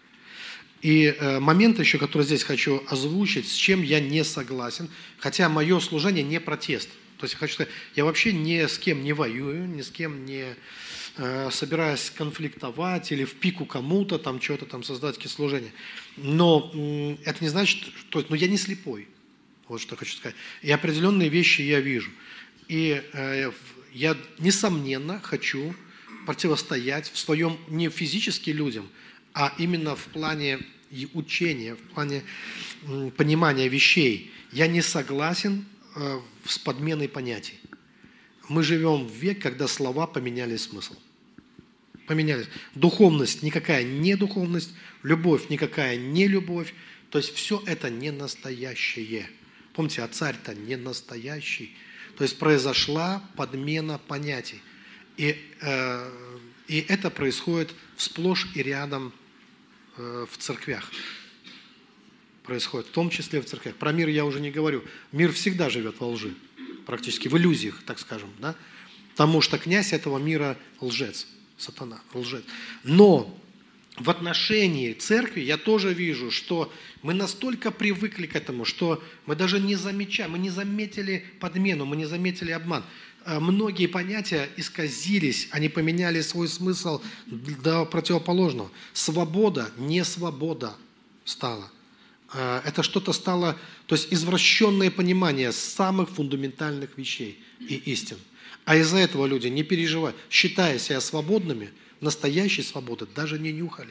И э, момент еще, который здесь хочу озвучить, с чем я не согласен, хотя мое служение не протест. То есть я хочу сказать, я вообще ни с кем не воюю, ни с кем не э, собираюсь конфликтовать или в пику кому-то, там что-то там создать какие служения. Но э, это не значит, что ну, я не слепой. Вот что хочу сказать. И определенные вещи я вижу. И э, я, несомненно, хочу противостоять в своем, не физически людям, а именно в плане учения, в плане м, понимания вещей. Я не согласен э, с подменой понятий. Мы живем в век, когда слова поменяли смысл. Поменялись. Духовность никакая не духовность, любовь никакая не любовь. То есть все это не настоящее. Помните, а царь-то не настоящий. То есть произошла подмена понятий. И, э, и это происходит сплошь и рядом э, в церквях. Происходит, в том числе в церквях. Про мир я уже не говорю. Мир всегда живет во лжи. Практически в иллюзиях, так скажем. Да? Потому что князь этого мира лжец. Сатана, лжец. Но в отношении церкви я тоже вижу, что мы настолько привыкли к этому, что мы даже не замечаем, мы не заметили подмену, мы не заметили обман. Многие понятия исказились, они поменяли свой смысл до противоположного. Свобода, не свобода стала. Это что-то стало, то есть извращенное понимание самых фундаментальных вещей и истин. А из-за этого люди не переживают, считая себя свободными, настоящей свободы даже не нюхали.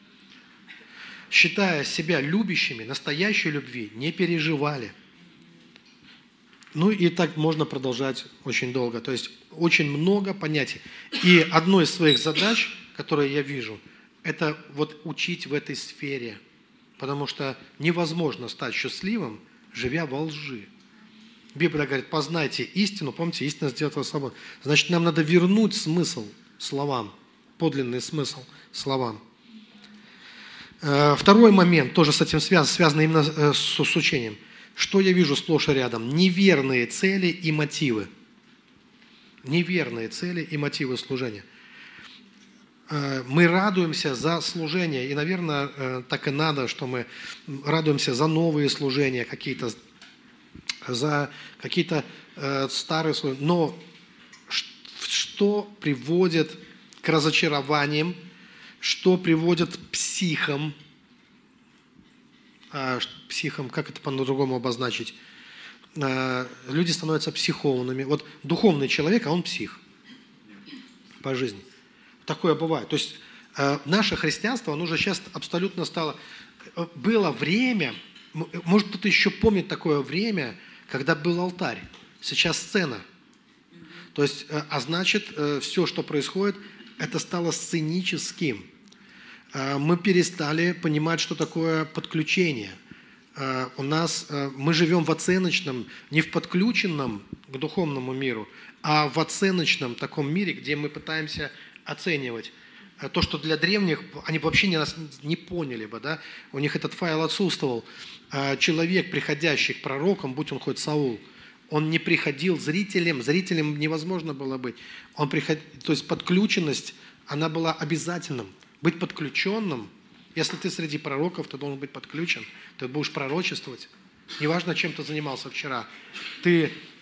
Считая себя любящими, настоящей любви не переживали. Ну и так можно продолжать очень долго. То есть очень много понятий. И одной из своих задач, которые я вижу, это вот учить в этой сфере. Потому что невозможно стать счастливым, живя во лжи. Библия говорит, познайте истину, помните, истина сделает вас свободным. Значит, нам надо вернуть смысл словам, подлинный смысл словам. Второй момент, тоже с этим связан, связан именно с, с учением. Что я вижу сплошь и рядом? Неверные цели и мотивы. Неверные цели и мотивы служения. Мы радуемся за служение, и, наверное, так и надо, что мы радуемся за новые служения, какие-то, за какие-то старые служения. Но что приводит к разочарованиям, что приводит к психам, психам, как это по-другому обозначить, люди становятся психованными. Вот духовный человек, а он псих по жизни. Такое бывает. То есть наше христианство, оно уже сейчас абсолютно стало... Было время, может кто-то еще помнит такое время, когда был алтарь, сейчас сцена. То есть, а значит, все, что происходит, это стало сценическим. Мы перестали понимать, что такое подключение. У нас, мы живем в оценочном, не в подключенном к духовному миру, а в оценочном таком мире, где мы пытаемся оценивать. То, что для древних, они вообще не, нас не поняли бы, да? У них этот файл отсутствовал. Человек, приходящий к пророкам, будь он хоть Саул, он не приходил зрителем, зрителем невозможно было быть. Он приход... То есть подключенность, она была обязательным. Быть подключенным, если ты среди пророков, ты должен быть подключен, ты будешь пророчествовать. Неважно, чем ты занимался вчера. Ты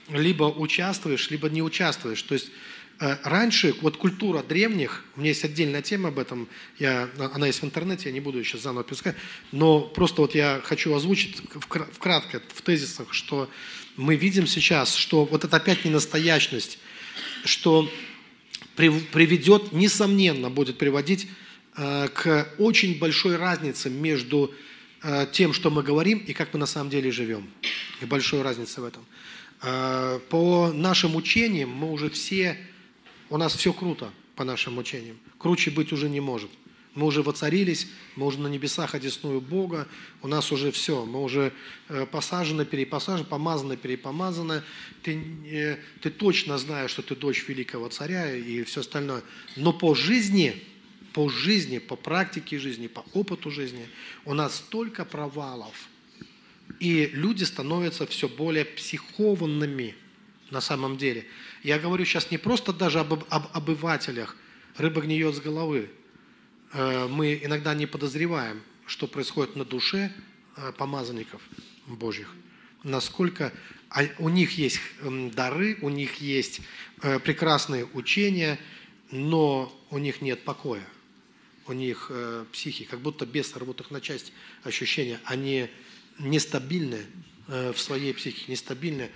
либо участвуешь, либо не участвуешь. То есть э, раньше, вот культура древних, у меня есть отдельная тема об этом, я, она есть в интернете, я не буду сейчас заново писать, но просто вот я хочу озвучить вкратце, в тезисах, что мы видим сейчас, что вот это опять ненастоящность, что приведет, несомненно, будет приводить э, к очень большой разнице между э, тем, что мы говорим, и как мы на самом деле живем. И большой разница в этом. Э, по нашим учениям мы уже все, у нас все круто по нашим учениям. Круче быть уже не может. Мы уже воцарились, мы уже на небесах одесную Бога, у нас уже все, мы уже э, посажены, перепосажены, помазаны, перепомазаны. Ты, э, ты точно знаешь, что ты дочь великого царя и все остальное. Но по жизни, по жизни, по практике жизни, по опыту жизни у нас столько провалов. И люди становятся все более психованными на самом деле. Я говорю сейчас не просто даже об, об обывателях, рыба гниет с головы. Мы иногда не подозреваем, что происходит на душе помазанников Божьих. Насколько у них есть дары, у них есть прекрасные учения, но у них нет покоя. У них психи, как будто бесы рвут их на части ощущения. Они нестабильны в своей психике, нестабильны.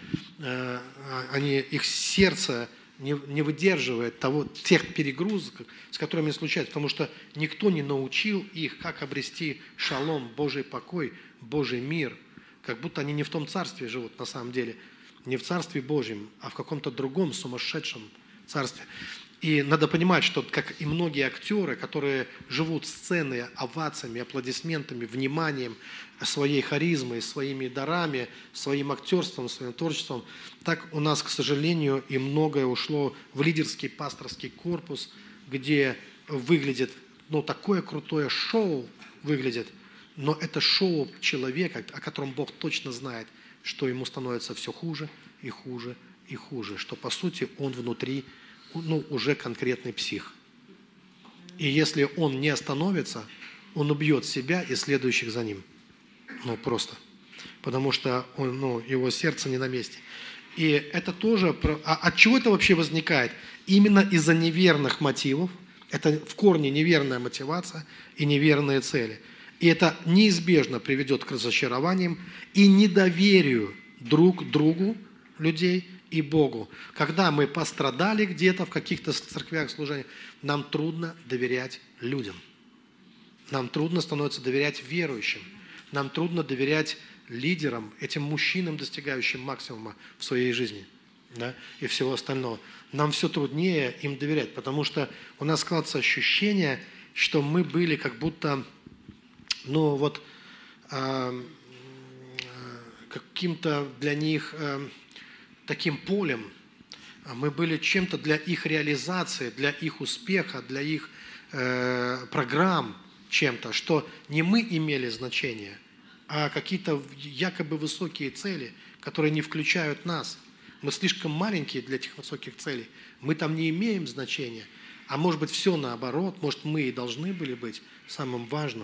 Они, их сердце не, не выдерживает того, тех перегрузок, с которыми случается, потому что никто не научил их, как обрести шалом, Божий покой, Божий мир, как будто они не в том царстве живут на самом деле, не в царстве Божьем, а в каком-то другом сумасшедшем царстве. И надо понимать, что, как и многие актеры, которые живут сценой овациями, аплодисментами, вниманием, своей харизмой, своими дарами, своим актерством, своим творчеством, так у нас, к сожалению, и многое ушло в лидерский пасторский корпус, где выглядит, ну, такое крутое шоу выглядит, но это шоу человека, о котором Бог точно знает, что ему становится все хуже и хуже и хуже, что, по сути, он внутри, ну, уже конкретный псих. И если он не остановится, он убьет себя и следующих за ним. Ну, просто. Потому что он, ну, его сердце не на месте. И это тоже... А от чего это вообще возникает? Именно из-за неверных мотивов. Это в корне неверная мотивация и неверные цели. И это неизбежно приведет к разочарованиям и недоверию друг другу людей и Богу. Когда мы пострадали где-то в каких-то церквях служениях, нам трудно доверять людям. Нам трудно становится доверять верующим. Нам трудно доверять лидерам, этим мужчинам, достигающим максимума в своей жизни, да, и всего остального. Нам все труднее им доверять, потому что у нас складывается ощущение, что мы были как будто, ну вот, э, каким-то для них э, таким полем. Мы были чем-то для их реализации, для их успеха, для их э, программ, чем-то, что не мы имели значение, а какие-то якобы высокие цели, которые не включают нас. Мы слишком маленькие для этих высоких целей. Мы там не имеем значения. А может быть, все наоборот. Может, мы и должны были быть самым важным.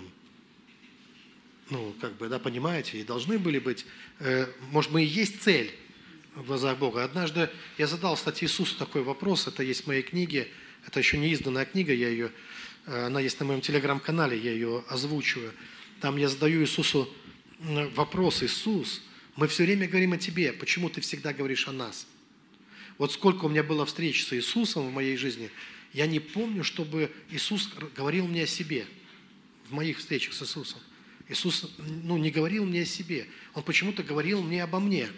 Ну, как бы, да, понимаете, и должны были быть. Э, может, мы и есть цель в глазах Бога. Однажды я задал, кстати, Иисусу такой вопрос. Это есть в моей книге. Это еще не изданная книга, я ее... Она есть на моем телеграм-канале, я ее озвучиваю. Там я задаю Иисусу вопрос: Иисус, мы все время говорим о Тебе, почему Ты всегда говоришь о нас? Вот сколько у меня было встреч с Иисусом в моей жизни, я не помню, чтобы Иисус говорил мне о себе в моих встречах с Иисусом. Иисус, ну, не говорил мне о себе, Он почему-то говорил мне обо мне.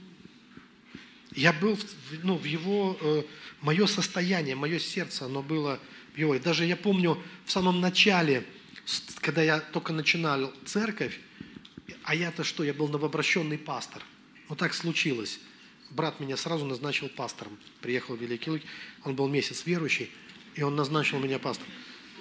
Я был, ну, в Его, э, мое состояние, мое сердце, оно было... И даже я помню в самом начале, когда я только начинал церковь, а я-то что, я был новообращенный пастор. Ну так случилось. Брат меня сразу назначил пастором. Приехал в Великий Луки, он был месяц верующий, и он назначил меня пастором.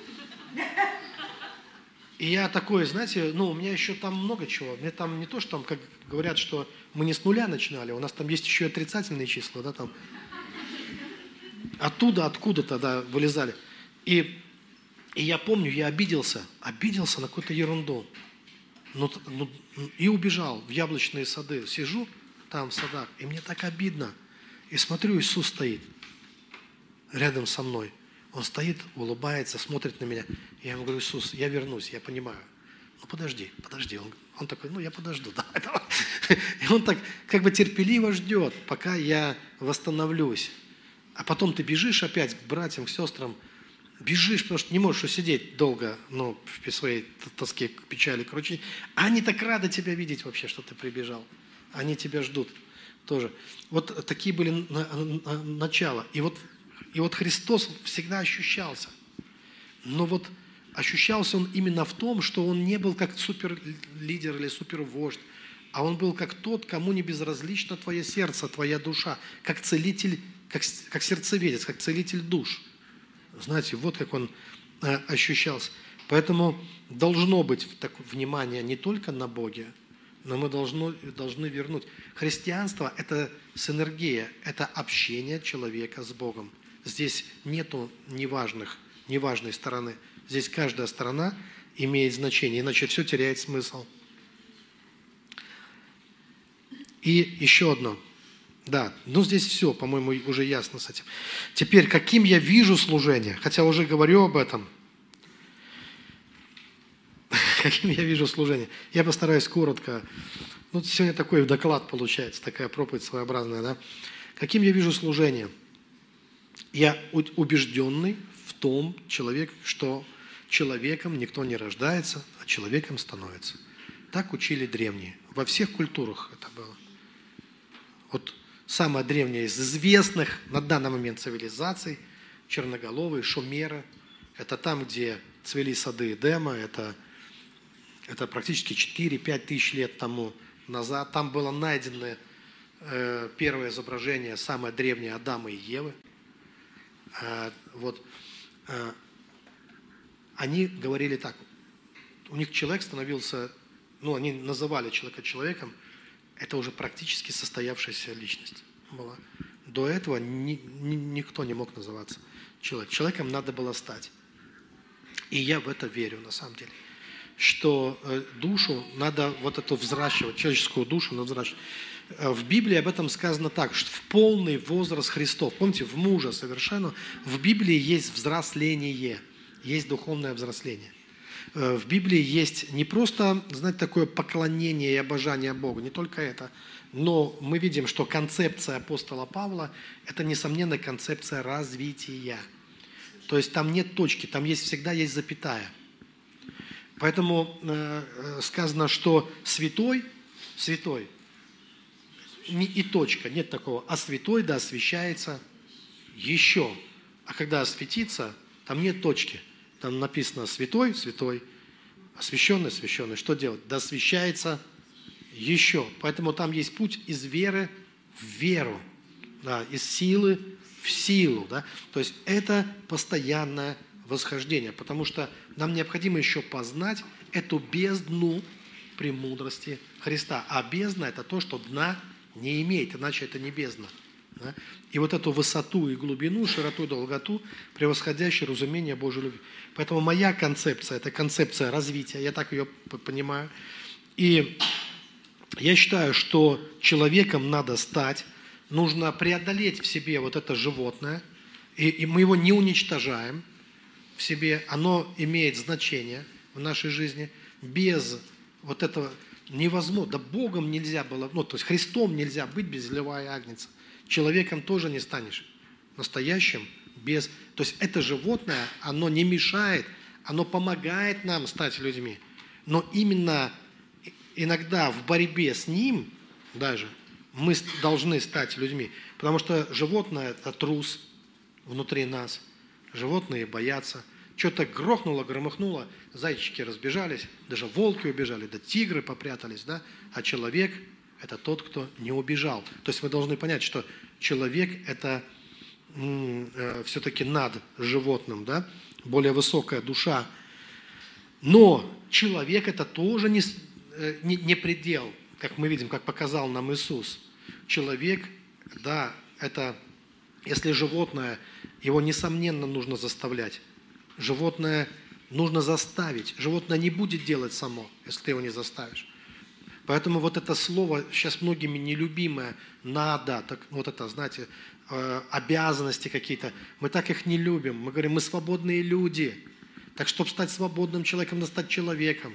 И я такой, знаете, ну у меня еще там много чего. Мне там не то, что там, как говорят, что мы не с нуля начинали, у нас там есть еще и отрицательные числа, да, там. Оттуда, откуда-то, да, вылезали. И, и я помню, я обиделся, обиделся на какую-то ерунду. Ну, ну, и убежал в яблочные сады. Сижу, там в садах. И мне так обидно. И смотрю, Иисус стоит рядом со мной. Он стоит, улыбается, смотрит на меня. Я ему говорю: Иисус, я вернусь, я понимаю. Ну подожди, подожди. Он, он такой: ну я подожду. Давай, давай. И он так как бы терпеливо ждет, пока я восстановлюсь. А потом ты бежишь опять к братьям, к сестрам. Бежишь, потому что не можешь сидеть долго, ну, в своей тоске, печали, короче. А они так рады тебя видеть вообще, что ты прибежал. Они тебя ждут тоже. Вот такие были начала. И вот, и вот Христос всегда ощущался. Но вот ощущался Он именно в том, что Он не был как суперлидер или супервождь, а Он был как тот, кому не безразлично твое сердце, твоя душа, как целитель, как, как сердцеведец, как целитель душ. Знаете, вот как Он э, ощущался. Поэтому должно быть так, внимание не только на Боге, но мы должны, должны вернуть. Христианство – это синергия, это общение человека с Богом. Здесь нету неважных, неважной стороны. Здесь каждая сторона имеет значение, иначе все теряет смысл. И еще одно. Да, ну здесь все, по-моему, уже ясно с этим. Теперь, каким я вижу служение, хотя уже говорю об этом. Каким я вижу служение. Я постараюсь коротко. Ну, сегодня такой доклад получается, такая проповедь своеобразная, да. Каким я вижу служение? Я убежденный в том человек, что человеком никто не рождается, а человеком становится. Так учили древние. Во всех культурах это было. Вот самая древняя из известных на данный момент цивилизаций, черноголовые, шумеры, это там, где цвели сады Эдема, это, это практически четыре-пять тысяч лет тому назад. Там было найдено э, первое изображение, самое древнее, Адама и Евы. Э, вот, э, они говорили так, у них человек становился, ну, они называли человека человеком, это уже практически состоявшаяся личность была. До этого ни, ни, никто не мог называться человеком. Человеком надо было стать. И я в это верю, на самом деле. Что э, душу надо вот эту взращивать, человеческую душу надо взращивать. Э, в Библии об этом сказано так, что в полный возраст Христов, помните, в мужа совершенно, в Библии есть взросление, есть духовное взросление. В Библии есть не просто, знаете, такое поклонение и обожание Богу, не только это, но мы видим, что концепция апостола Павла – это, несомненно, концепция развития. То есть там нет точки, там есть, всегда есть запятая. Поэтому э, сказано, что святой, святой, не и точка, нет такого, а святой да освящается еще. А когда осветится, там нет точки. Там написано святой, святой, освященный, освященный. Что делать? Да освящается еще. Поэтому там есть путь из веры в веру, да, из силы в силу. Да? То есть это постоянное восхождение, потому что нам необходимо еще познать эту бездну премудрости Христа. А бездна – это то, что дна не имеет, иначе это не бездна. Да? И вот эту высоту и глубину, широту и долготу, превосходящее разумение Божьей любви. Поэтому моя концепция – это концепция развития, я так ее понимаю. И я считаю, что человеком надо стать, нужно преодолеть в себе вот это животное, и, и мы его не уничтожаем в себе, оно имеет значение в нашей жизни. Без вот этого невозможно, да Богом нельзя было, ну то есть Христом нельзя быть без льва и агнца. Человеком тоже не станешь настоящим без... То есть это животное, оно не мешает, оно помогает нам стать людьми. Но именно иногда в борьбе с ним даже мы должны стать людьми. Потому что животное – это трус внутри нас. Животные боятся. Что-то грохнуло, громыхнуло, зайчики разбежались, даже волки убежали, да тигры попрятались, да? А человек – это тот, кто не убежал. То есть вы должны понять, что человек – это э, все-таки над животным, да? Более высокая душа. Но человек – это тоже не, э, не, не предел, как мы видим, как показал нам Иисус. Человек, да, это, если животное, его, несомненно, нужно заставлять. Животное нужно заставить. Животное не будет делать само, если ты его не заставишь. Поэтому вот это слово сейчас многими нелюбимое «надо», так, вот это, знаете, э, обязанности какие-то, мы так их не любим. Мы говорим, мы свободные люди. Так, чтобы стать свободным человеком, надо стать человеком.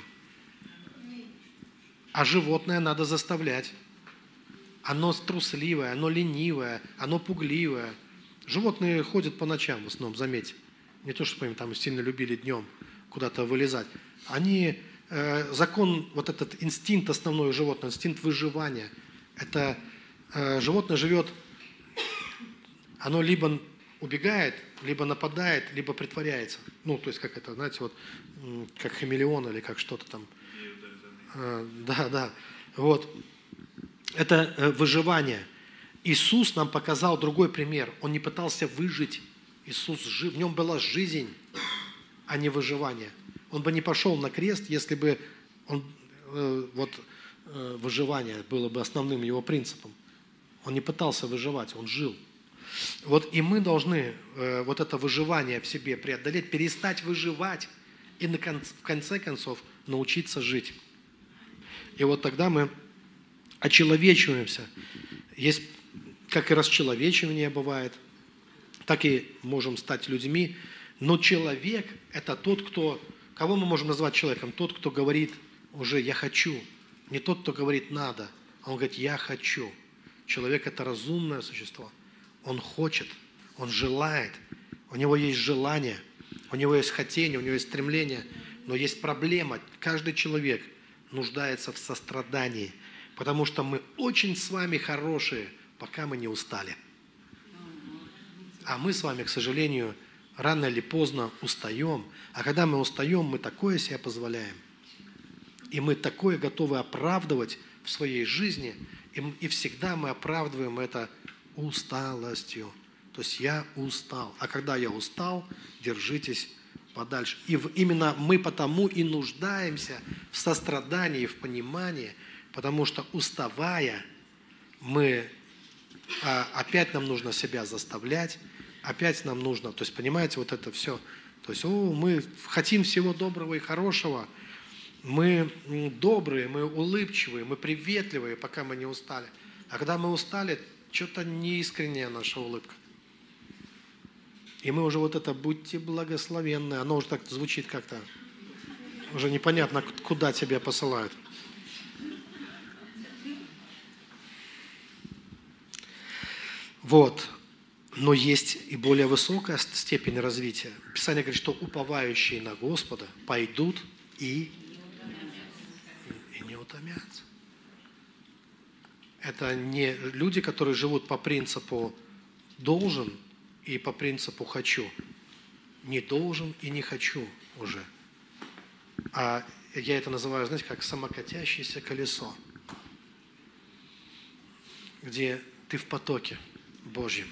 А животное надо заставлять. Оно трусливое, оно ленивое, оно пугливое. Животные ходят по ночам в основном, заметьте. Не то, что им там сильно любили днем куда-то вылезать. Они, э, закон, вот этот инстинкт основной у животного, инстинкт выживания, это э, животное живет, оно либо убегает, либо нападает, либо притворяется. Ну, то есть, как это, знаете, вот, как хамелеон или как что-то там. Э, да, да. Вот. Это э, выживание. Иисус нам показал другой пример. Он не пытался выжить. Иисус жив, в нем была жизнь, а не выживание. Он бы не пошел на крест, если бы он, э, вот, э, выживание было бы основным его принципом. Он не пытался выживать, он жил. Вот и мы должны э, вот это выживание в себе преодолеть, перестать выживать и на кон- в конце концов научиться жить. И вот тогда мы очеловечиваемся. Есть, как и расчеловечивание бывает, так и можем стать людьми. Но человек – это тот, кто… Кого мы можем назвать человеком? Тот, кто говорит уже «я хочу». Не тот, кто говорит «надо», а он говорит «я хочу». Человек – это разумное существо. Он хочет, он желает, у него есть желание, у него есть хотение, у него есть стремление. Но есть проблема. Каждый человек нуждается в сострадании, потому что мы очень с вами хорошие, пока мы не устали. А мы с вами, к сожалению, рано или поздно устаем. А когда мы устаем, мы такое себе позволяем. И мы такое готовы оправдывать в своей жизни. И всегда мы оправдываем это усталостью. То есть я устал. А когда я устал, держитесь подальше. И именно мы потому и нуждаемся в сострадании, в понимании, потому что уставая, мы опять нам нужно себя заставлять, опять нам нужно, то есть, понимаете, вот это все. То есть, о, мы хотим всего доброго и хорошего, мы добрые, мы улыбчивые, мы приветливые, пока мы не устали. А когда мы устали, что-то неискренняя наша улыбка. И мы уже вот это «будьте благословенны», оно уже так звучит как-то, уже непонятно, куда тебя посылают. Вот. Но есть и более высокая степень развития. Писание говорит, что уповающие на Господа пойдут и, и не утомятся. Это не люди, которые живут по принципу «должен» и по принципу «хочу». Не должен и не хочу уже. А я это называю, знаете, как самокатящееся колесо, где ты в потоке Божьем.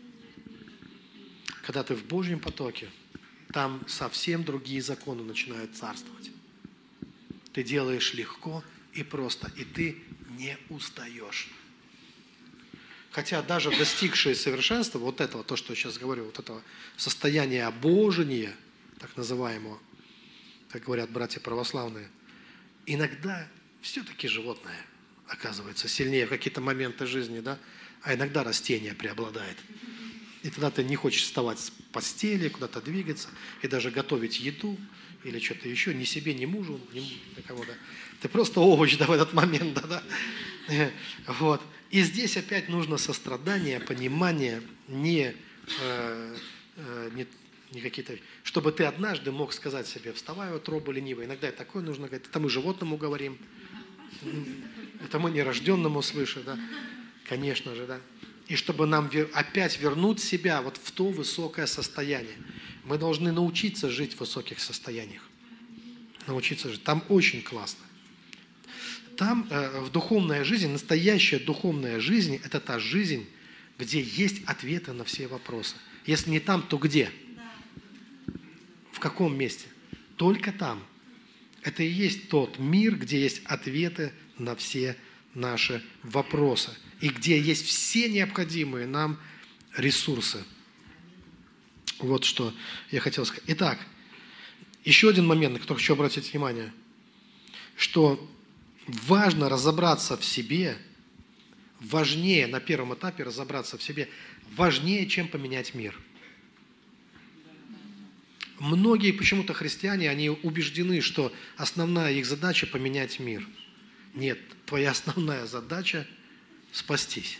Когда ты в Божьем потоке, там совсем другие законы начинают царствовать. Ты делаешь легко и просто, и ты не устаешь. Хотя даже достигшие совершенства, вот этого, то, что я сейчас говорю, вот этого состояния обожения, так называемого, как говорят братья православные, иногда все-таки животное оказывается сильнее в какие-то моменты жизни, да, а иногда растение преобладает. И тогда ты не хочешь вставать с постели, куда-то двигаться, и даже готовить еду или что-то еще, ни себе, ни мужу, ни никому, да. Ты просто овощ, да, в этот момент, да, да. Вот. И здесь опять нужно сострадание, понимание, не, э, э, не, не какие-то… Чтобы ты однажды мог сказать себе, вставай от роба ленивой. Иногда и такое нужно говорить. Это мы животному говорим. Это мы нерожденному свыше, да. Конечно же, да. И чтобы нам опять вернуть себя вот в то высокое состояние. Мы должны научиться жить в высоких состояниях. Научиться жить. Там очень классно. Там э, в духовной жизни, настоящая духовная жизнь, это та жизнь, где есть ответы на все вопросы. Если не там, то где? В каком месте? Только там. Это и есть тот мир, где есть ответы на все наши вопросы. И где есть все необходимые нам ресурсы. Вот что я хотел сказать. Итак, еще один момент, на который хочу обратить внимание, что важно разобраться в себе, важнее на первом этапе разобраться в себе, важнее, чем поменять мир. Многие почему-то христиане, они убеждены, что основная их задача – поменять мир. Нет, твоя основная задача – спастись.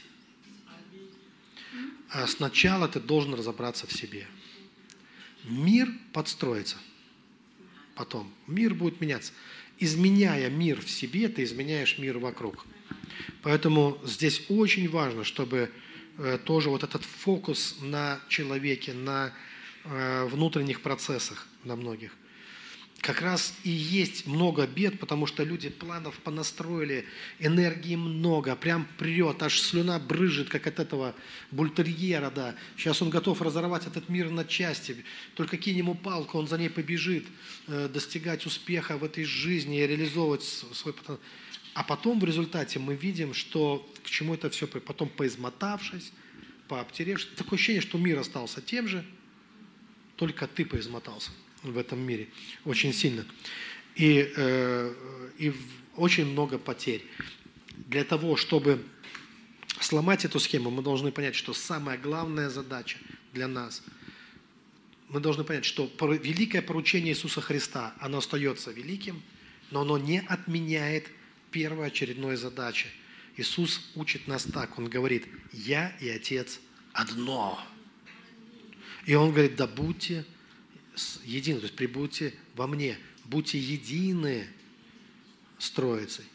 А сначала ты должен разобраться в себе. Мир подстроится потом. Мир будет меняться. Изменяя мир в себе, ты изменяешь мир вокруг. Поэтому здесь очень важно, чтобы э, тоже вот этот фокус на человеке, на э, внутренних процессах, на многих. Как раз и есть много бед, потому что люди планов понастроили, энергии много, прям прет, аж слюна брызжет, как от этого бультерьера, да. Сейчас он готов разорвать этот мир на части, только кинь ему палку, он за ней побежит, э, достигать успеха в этой жизни и реализовывать свой потенциал. А потом в результате мы видим, что к чему это все, потом поизмотавшись, пообтеревшись, такое ощущение, что мир остался тем же, только ты поизмотался в этом мире очень сильно. И, э, и очень много потерь. Для того, чтобы сломать эту схему, мы должны понять, что самая главная задача для нас, мы должны понять, что великое поручение Иисуса Христа, оно остается великим, но оно не отменяет первоочередной задачи. Иисус учит нас так, Он говорит: «Я и Отец одно». И Он говорит: да будьте едины, то есть прибудьте во мне, будьте едины с Троицей.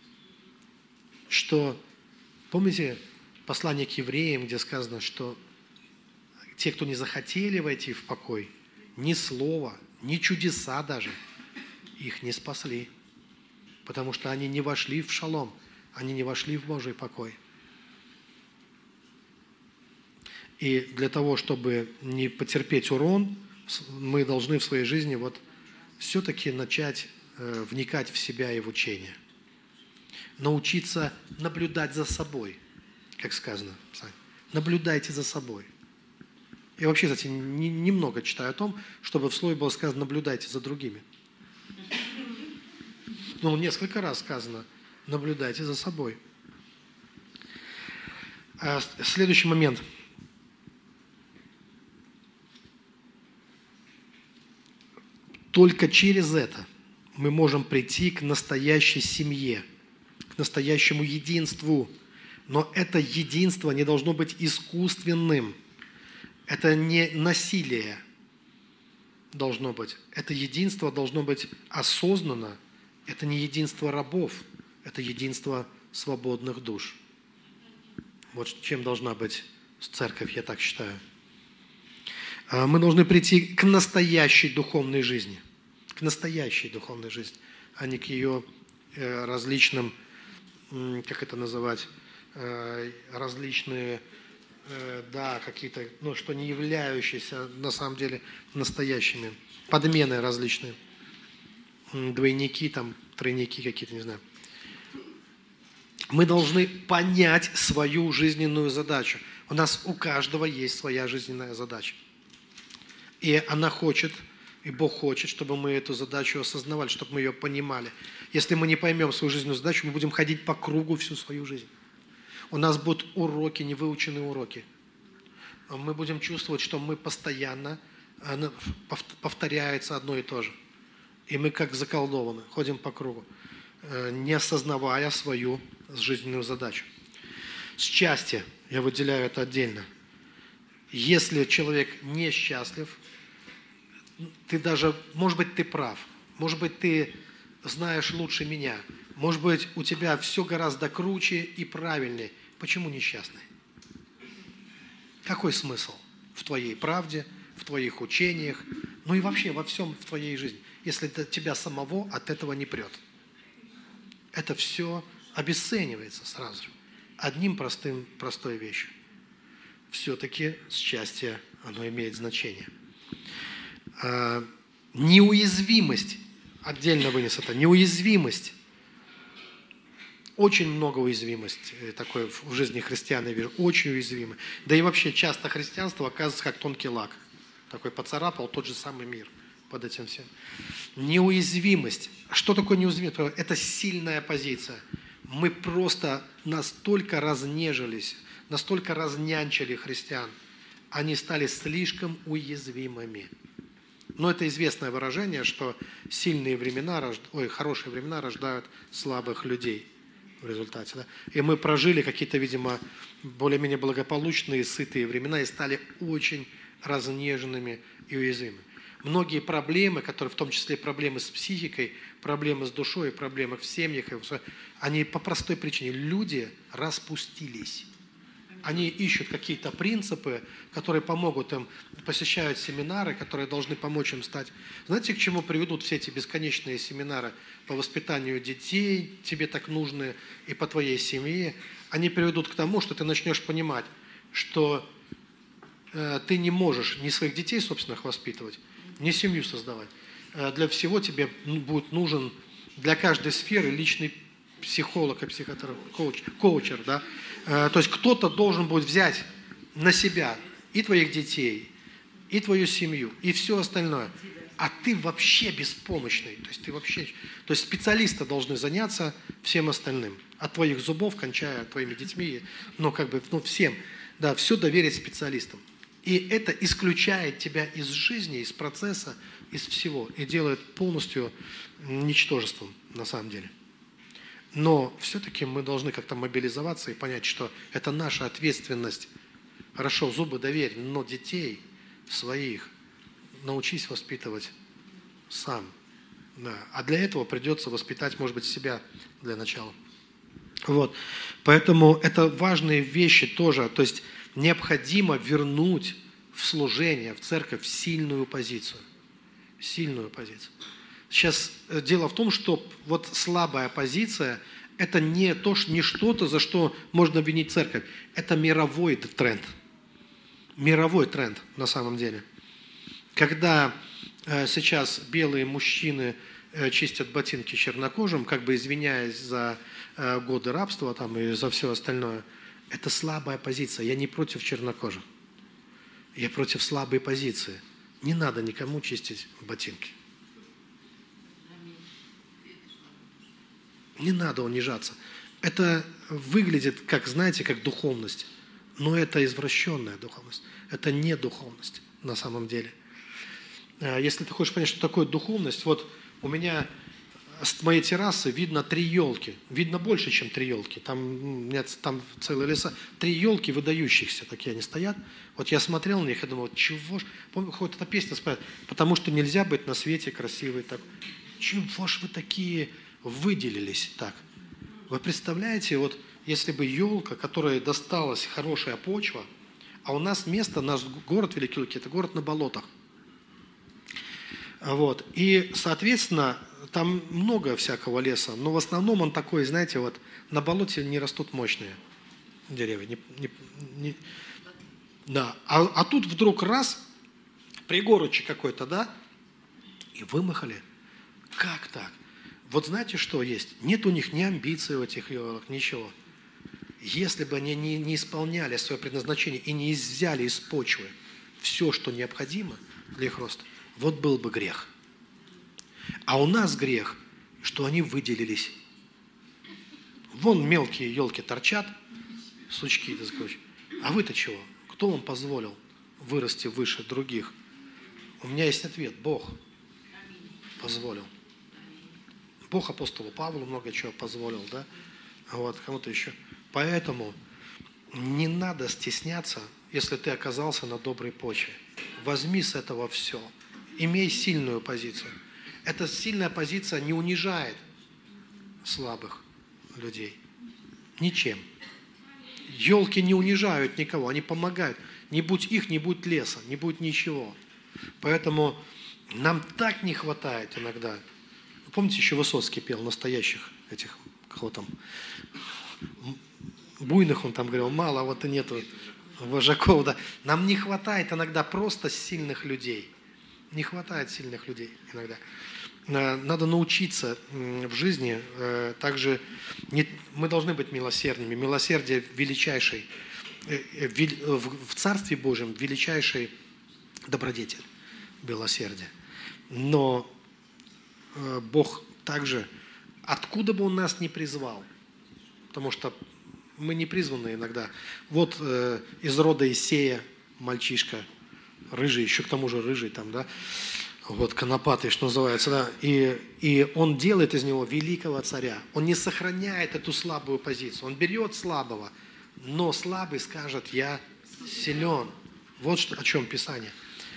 Что, помните послание к евреям, где сказано, что те, кто не захотели войти в покой, ни слова, ни чудеса даже, их не спасли. Потому что они не вошли в шалом, они не вошли в Божий покой. И для того, чтобы не потерпеть урон, мы должны в своей жизни вот все-таки начать э, вникать в себя и в учение. Научиться наблюдать за собой, как сказано. Наблюдайте за собой. Я вообще, кстати, не, немного читаю о том, чтобы в слове было сказано «наблюдайте за другими». Ну, несколько раз сказано «наблюдайте за собой». А следующий момент. Только через это мы можем прийти к настоящей семье, к настоящему единству. Но это единство не должно быть искусственным. Это не насилие должно быть. Это единство должно быть осознанно. Это не единство рабов, это единство свободных душ. Вот чем должна быть церковь, я так считаю. Мы должны прийти к настоящей духовной жизни, к настоящей духовной жизни, а не к ее различным, как это называть, различные, да, какие-то, ну, что не являющиеся на самом деле настоящими, подмены различные. Двойники, там, тройники какие-то, не знаю. Мы должны понять свою жизненную задачу. У нас у каждого есть своя жизненная задача. И она хочет, и Бог хочет, чтобы мы эту задачу осознавали, чтобы мы ее понимали. Если мы не поймем свою жизненную задачу, мы будем ходить по кругу всю свою жизнь. У нас будут уроки, невыученные уроки. Мы будем чувствовать, что мы постоянно, повторяется одно и то же. И мы как заколдованы, ходим по кругу, не осознавая свою жизненную задачу. Счастье, я выделяю это отдельно. Если человек несчастлив, ты даже, может быть, ты прав, может быть, ты знаешь лучше меня, может быть, у тебя все гораздо круче и правильнее. Почему несчастный? Какой смысл в твоей правде, в твоих учениях, ну и вообще во всем в твоей жизни, если тебя самого от этого не прет? Это все обесценивается сразу же. Одним простым, простой вещью. Все-таки счастье, оно имеет значение. А, неуязвимость, отдельно вынес это, неуязвимость. Очень много уязвимости такой в жизни христиан, я вижу, очень уязвимы. Да и вообще часто христианство оказывается как тонкий лак. Такой поцарапал тот же самый мир. под этим всем. Неуязвимость. Что такое неуязвимость? Это сильная позиция. Мы просто настолько разнежились, настолько разнянчили христиан, они стали слишком уязвимыми. Но это известное выражение, что сильные времена, рожд... ой, хорошие времена рождают слабых людей в результате. Да? И мы прожили какие-то, видимо, более-менее благополучные, сытые времена и стали очень разнеженными и уязвимыми. Многие проблемы, которые, в том числе проблемы с психикой, проблемы с душой, проблемы в семьях, они по простой причине. Люди распустились. Они ищут какие-то принципы, которые помогут им, посещают семинары, которые должны помочь им стать. Знаете, к чему приведут все эти бесконечные семинары по воспитанию детей, тебе так нужные, и по твоей семье? Они приведут к тому, что ты начнешь понимать, что э, ты не можешь ни своих детей собственных воспитывать, ни семью создавать. Э, для всего тебе будет нужен, для каждой сферы, личный психолог и психотерапевт, коуч, коучер, да? То есть кто-то должен будет взять на себя и твоих детей, и твою семью, и все остальное. А ты вообще беспомощный. То есть ты вообще, то есть специалисты должны заняться всем остальным. От твоих зубов, кончая твоими детьми, ну как бы, ну всем. Да, все доверить специалистам. И это исключает тебя из жизни, из процесса, из всего. И делает полностью ничтожеством на самом деле. Но все-таки мы должны как-то мобилизоваться и понять, что это наша ответственность. Хорошо, зубы доверь, но детей своих научись воспитывать сам. Да. А для этого придется воспитать, может быть, себя для начала. Вот. Поэтому это важные вещи тоже. То есть необходимо вернуть в служение, в церковь сильную позицию. Сильную позицию. Сейчас дело в том, что вот слабая позиция – это не, то, не что-то, за что можно обвинить церковь. Это мировой тренд. Мировой тренд на самом деле. Когда э, сейчас белые мужчины э, чистят ботинки чернокожим, как бы извиняясь за э, годы рабства там, и за все остальное, это слабая позиция. Я не против чернокожих. Я против слабой позиции. Не надо никому чистить ботинки. Не надо унижаться. Это выглядит, как, знаете, как духовность. Но это извращенная духовность. Это не духовность на самом деле. Если ты хочешь понять, что такое духовность, вот у меня с моей террасы видно три елки. Видно больше, чем три елки. Там, нет, там целые леса. Три елки выдающихся, такие они стоят. Вот я смотрел на них и думал, чего ж... Помню, какая-то песня споет. Потому что нельзя быть на свете красивой. Так. Чего ж вы такие... выделились так. Вы представляете, вот если бы елка, которой досталась хорошая почва, а у нас место, наш город Великие Луки, это город на болотах. Вот. И, соответственно, там много всякого леса, но в основном он такой, знаете, вот на болоте не растут мощные деревья. Не, не, не, да. а, а тут вдруг раз, пригорочек какой-то, да, и вымахали. Как так? Вот знаете, что есть? Нет у них ни амбиций у этих елок, ничего. Если бы они не, не исполняли свое предназначение и не взяли из почвы все, что необходимо для их роста, вот был бы грех. А у нас грех, что они выделились. Вон мелкие елки торчат, сучки, так сказать. А вы-то чего? Кто вам позволил вырасти выше других? У меня есть ответ. Бог позволил. Бог апостолу Павлу много чего позволил, да? Вот, кому-то еще. Поэтому не надо стесняться, если ты оказался на доброй почве. Возьми с этого все. Имей сильную позицию. Эта сильная позиция не унижает слабых людей. Ничем. Елки не унижают никого, они помогают. Не будь их, не будь леса, не будь ничего. Поэтому нам так не хватает иногда. Помните, еще Высоцкий пел настоящих этих, кого там, буйных, он там говорил, мало, вот и нету вожаков, да. Нам не хватает иногда просто сильных людей. Не хватает сильных людей иногда. Надо научиться в жизни также, не, мы должны быть милосердными. Милосердие величайший, в Царстве Божьем величайший добродетель, милосердие. Но э, Бог также, откуда бы Он нас ни призвал, потому что мы не призваны иногда. Вот э, из рода Исея мальчишка, рыжий, еще к тому же рыжий там, да, вот, конопатый, что называется, да, и, и он делает из него великого царя. Он не сохраняет эту слабую позицию. Он берет слабого, но слабый скажет: я силен. Вот что, о чем Писание.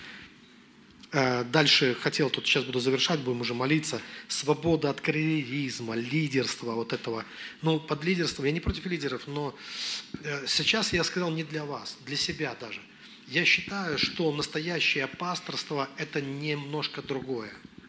Дальше хотел, тут сейчас буду завершать, будем уже молиться. Свобода от карьеризма, лидерства вот этого. Ну, под лидерством, я не против лидеров, но сейчас я сказал не для вас, для себя даже. Я считаю, что настоящее пасторство – это немножко другое.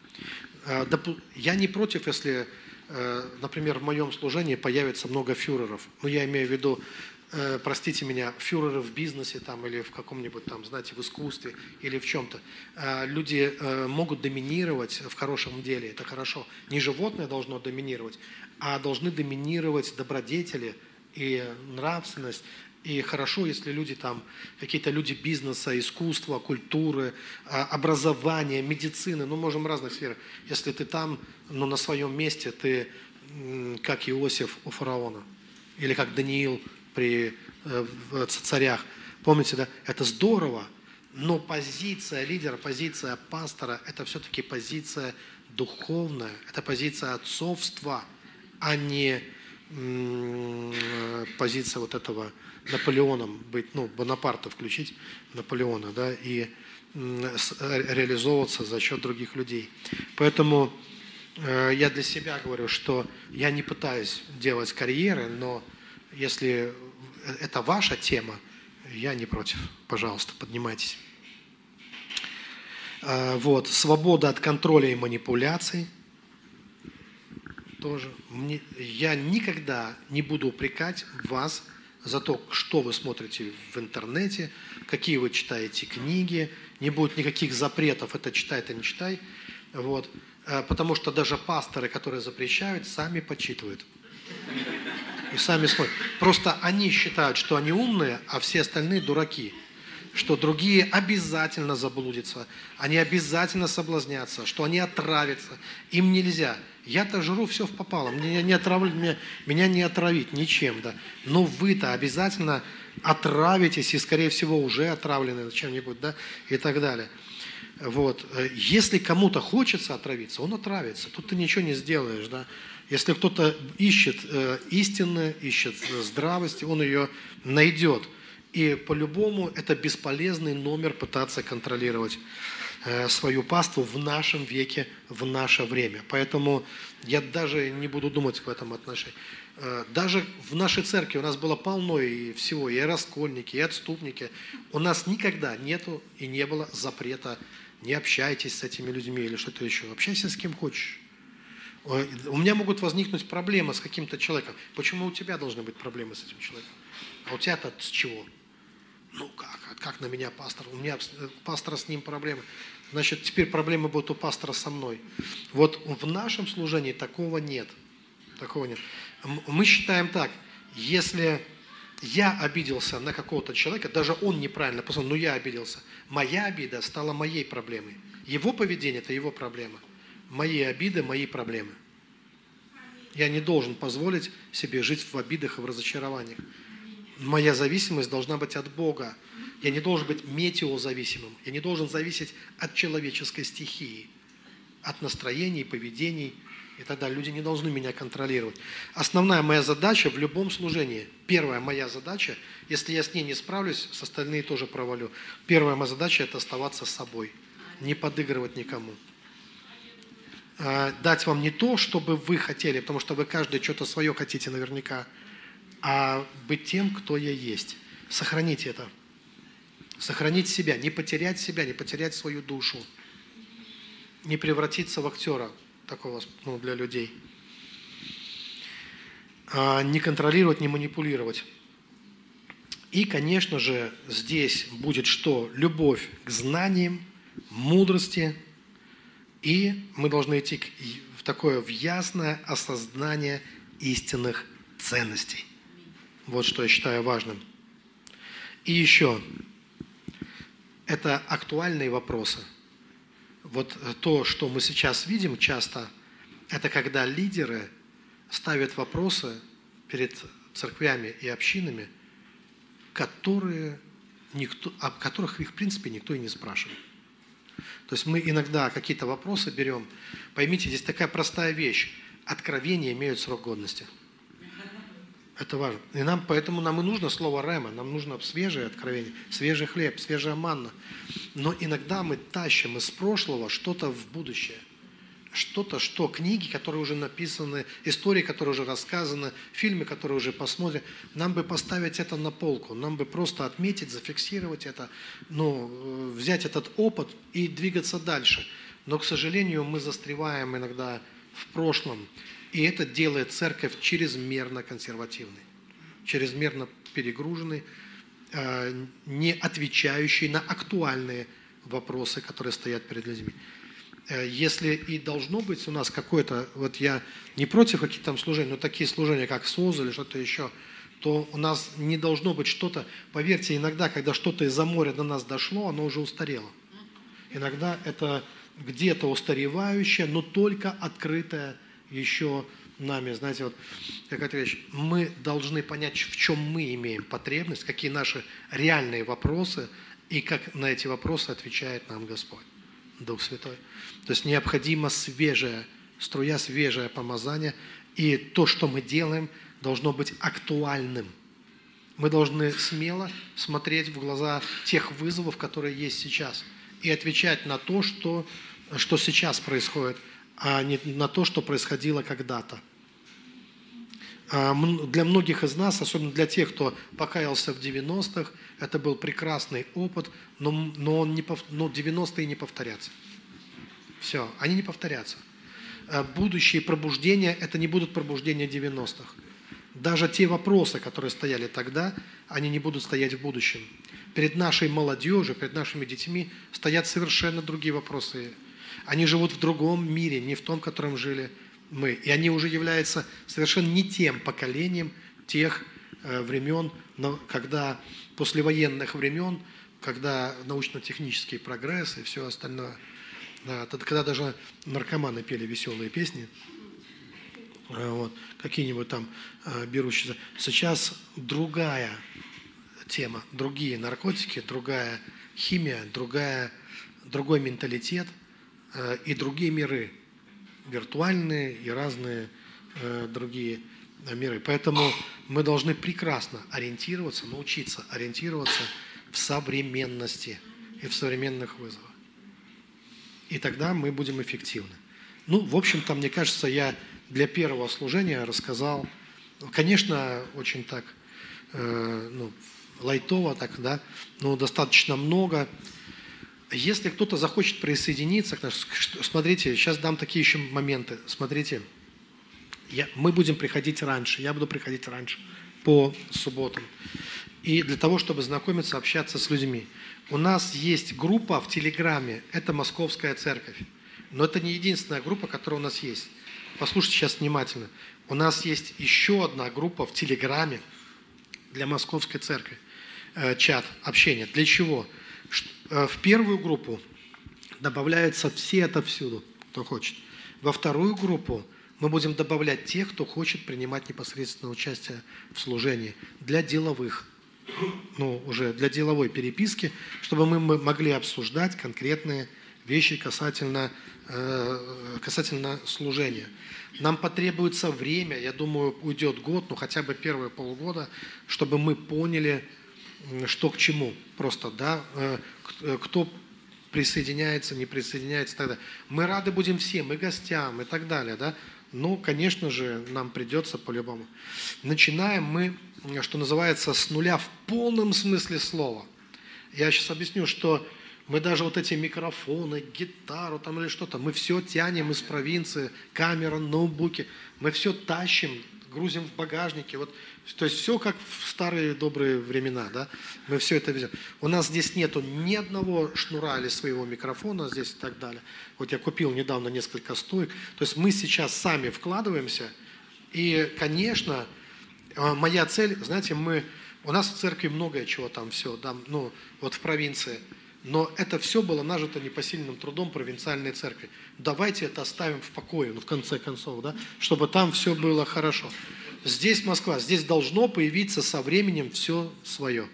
Я не против, если, например, в моем служении появится много фюреров. Ну, я имею в виду, простите меня, фюреры в бизнесе там, или в каком-нибудь там, знаете, в искусстве или в чем-то. Люди могут доминировать в хорошем деле, это хорошо. Не животное должно доминировать, а должны доминировать добродетели и нравственность. И хорошо, если люди там, какие-то люди бизнеса, искусства, культуры, образования, медицины, ну, можем в разных сферах. Если ты там, но на своем месте, ты как Иосиф у фараона, или как Даниил при в царях. Помните, да? Это здорово, но позиция лидера, позиция пастора – это все-таки позиция духовная, это позиция отцовства, а не м- позиция вот этого Наполеоном быть, ну, Бонапарта включить, Наполеона, да, и м- реализовываться за счет других людей. Поэтому э, я для себя говорю, что я не пытаюсь делать карьеры, но если это ваша тема, я не против. Пожалуйста, поднимайтесь. Вот. Свобода от контроля и манипуляций. Тоже. Мне, я никогда не буду упрекать вас за то, что вы смотрите в интернете, какие вы читаете книги. Не будет никаких запретов, это читай, это не читай. Вот. Потому что даже пасторы, которые запрещают, сами почитывают. И сами смотрят. Просто они считают, что они умные, а все остальные дураки. Что другие обязательно заблудятся, они обязательно соблазнятся, что они отравятся. Им нельзя. Я-то жру все впопало, меня не, отравлять, меня, меня не отравить ничем. Да. Но вы-то обязательно отравитесь и, скорее всего, уже отравлены чем-нибудь, да, и так далее. Вот. Если кому-то хочется отравиться, он отравится. Тут ты ничего не сделаешь, да. Если кто-то ищет э, истины, ищет здравости, он ее найдет. И по-любому это бесполезный номер пытаться контролировать э, свою паству в нашем веке, в наше время. Поэтому я даже не буду думать в этом отношении. Э, даже в нашей церкви у нас было полно и всего, и раскольники, и отступники. У нас никогда нету и не было запрета «не общайтесь с этими людьми» или что-то еще. Общайся с кем хочешь. У меня могут возникнуть проблемы с каким-то человеком. Почему у тебя должны быть проблемы с этим человеком? А у тебя-то с чего? Ну как? Как на меня пастор? У меня пастора с ним проблемы. Значит, теперь проблемы будут у пастора со мной. Вот в нашем служении такого нет. Такого нет. Мы считаем так, если я обиделся на какого-то человека, даже он неправильно поступил, но я обиделся, моя обида стала моей проблемой. Его поведение – это его проблема. Мои обиды, мои проблемы. Я не должен позволить себе жить в обидах и в разочарованиях. Моя зависимость должна быть от Бога. Я не должен быть метеозависимым. Я не должен зависеть от человеческой стихии, от настроений, поведений и так далее. Люди не должны меня контролировать. Основная моя задача в любом служении, первая моя задача, если я с ней не справлюсь, с остальными тоже провалю. Первая моя задача – это оставаться собой, не подыгрывать никому. Дать вам не то, чтобы вы хотели, потому что вы каждый что-то свое хотите наверняка, а быть тем, кто я есть. Сохраните это. Сохранить себя, не потерять себя, не потерять свою душу, не превратиться в актера такого, ну, для людей. А не контролировать, не манипулировать. И, конечно же, здесь будет что? Любовь к знаниям, мудрости. И мы должны идти в такое в ясное осознание истинных ценностей. Вот что я считаю важным. И еще, это актуальные вопросы. Вот то, что мы сейчас видим часто, это когда лидеры ставят вопросы перед церквями и общинами, которые никто, о которых их, в принципе, никто и не спрашивает. То есть мы иногда какие-то вопросы берем. Поймите, здесь такая простая вещь. Откровения имеют срок годности. Это важно. И нам, поэтому нам и нужно слово рема, нам нужно свежее откровение, свежий хлеб, свежая манна. Но иногда мы тащим из прошлого что-то в будущее. Что-то, что книги, которые уже написаны, истории, которые уже рассказаны, фильмы, которые уже посмотрены, нам бы поставить это на полку, нам бы просто отметить, зафиксировать это, ну, взять этот опыт и двигаться дальше. Но, к сожалению, мы застреваем иногда в прошлом, и это делает церковь чрезмерно консервативной, чрезмерно перегруженной, не отвечающей на актуальные вопросы, которые стоят перед людьми. Если и должно быть у нас какое-то, вот я не против каких-то там служений, но такие служения, как СОЗ или что-то еще, то у нас не должно быть что-то, поверьте, иногда, когда что-то из-за моря до нас дошло, оно уже устарело. Иногда это где-то устаревающее, но только открытое еще нами. Знаете, вот какая-то вещь. Мы должны понять, в чем мы имеем потребность, какие наши реальные вопросы, и как на эти вопросы отвечает нам Господь, Дух Святой. То есть необходимо свежее, струя, свежее помазание, и то, что мы делаем, должно быть актуальным. Мы должны смело смотреть в глаза тех вызовов, которые есть сейчас, и отвечать на то, что, что сейчас происходит, а не на то, что происходило когда-то. Для многих из нас, особенно для тех, кто покаялся в девяностых, это был прекрасный опыт, но, но, он не, но девяностые не повторятся. Все, они не повторятся. Будущие пробуждения – это не будут пробуждения девяностых. Даже те вопросы, которые стояли тогда, они не будут стоять в будущем. Перед нашей молодежью, перед нашими детьми стоят совершенно другие вопросы. Они живут в другом мире, не в том, в котором жили мы. И они уже являются совершенно не тем поколением тех э, времен, но когда послевоенных времен, когда научно-технический прогресс и все остальное, да, когда даже наркоманы пели веселые песни, э, вот, какие-нибудь там э, берущиеся. Сейчас другая тема, другие наркотики, другая химия, другая, другой менталитет э, и другие миры, виртуальные и разные э, другие миры. Поэтому мы должны прекрасно ориентироваться, научиться ориентироваться в современности и в современных вызовах. И тогда мы будем эффективны. Ну, в общем-то, мне кажется, я для первого служения рассказал, конечно, очень так, э, ну, лайтово так, да, но достаточно много. Если кто-то захочет присоединиться к нам, смотрите, сейчас дам такие еще моменты. Смотрите, я, мы будем приходить раньше, я буду приходить раньше, по субботам. И для того, чтобы знакомиться, общаться с людьми. У нас есть группа в Телеграме, это Московская Церковь. Но это не единственная группа, которая у нас есть. Послушайте сейчас внимательно. У нас есть еще одна группа в Телеграме для Московской Церкви. Э, чат, общение. Для чего? Э, в первую группу добавляются все отовсюду, кто хочет. Во вторую группу мы будем добавлять тех, кто хочет принимать непосредственное участие в служении для деловых, ну, уже для деловой переписки, чтобы мы могли обсуждать конкретные вещи касательно, э, касательно служения. Нам потребуется время, я думаю, уйдет год, ну хотя бы первые полгода, чтобы мы поняли, что к чему. Просто, да, э, кто присоединяется, не присоединяется и так далее. Мы рады будем всем, и гостям, и так далее, да. Ну, конечно же, нам придется по-любому. Начинаем мы, что называется, с нуля в полном смысле слова. Я сейчас объясню, что мы даже вот эти микрофоны, гитару там или что-то, мы все тянем из провинции, камера, ноутбуки, мы все тащим, грузим в багажнике. Вот, то есть все как в старые добрые времена, да? Мы все это везем. У нас здесь нету ни одного шнура или своего микрофона здесь и так далее. Вот я купил недавно несколько стоек. То есть мы сейчас сами вкладываемся. И, конечно, моя цель, знаете, мы, у нас в церкви многое чего там все, да, ну, вот в провинции. Но это все было нажито непосильным трудом провинциальной церкви. Давайте это оставим в покое, ну, в конце концов, да, чтобы там все было хорошо. Здесь Москва, здесь должно появиться со временем все свое.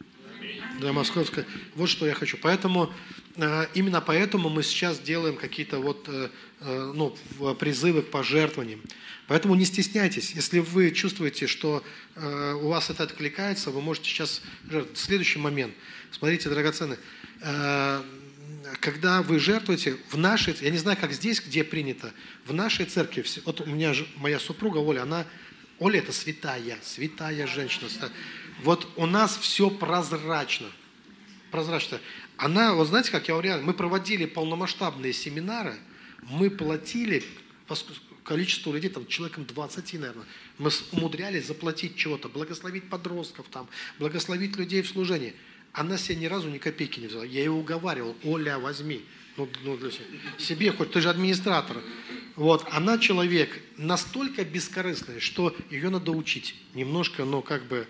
Да, московское. Вот что я хочу. Поэтому, э, именно поэтому мы сейчас делаем какие-то вот, э, э, ну, призывы к пожертвованиям. Поэтому не стесняйтесь. Если вы чувствуете, что э, у вас это откликается, вы можете сейчас жертвовать. Следующий момент. Смотрите, драгоценные. Э, когда вы жертвуете в нашей, я не знаю, как здесь, где принято, в нашей церкви, вот у меня же моя супруга Оля, она, Оля это святая, святая женщина. Вот у нас все прозрачно. Прозрачно. Она, вот знаете, как я говорю, мы проводили полномасштабные семинары, мы платили по количеству людей, там, человеком двадцати, наверное, мы умудрялись заплатить чего-то, благословить подростков, там, благословить людей в служении. Она себе ни разу ни копейки не взяла. Я ее уговаривал: Оля, возьми. Ну, ну, для себя. себе хоть, ты же администратор. Вот. Она человек настолько бескорыстный, что ее надо учить. Немножко, но как бы,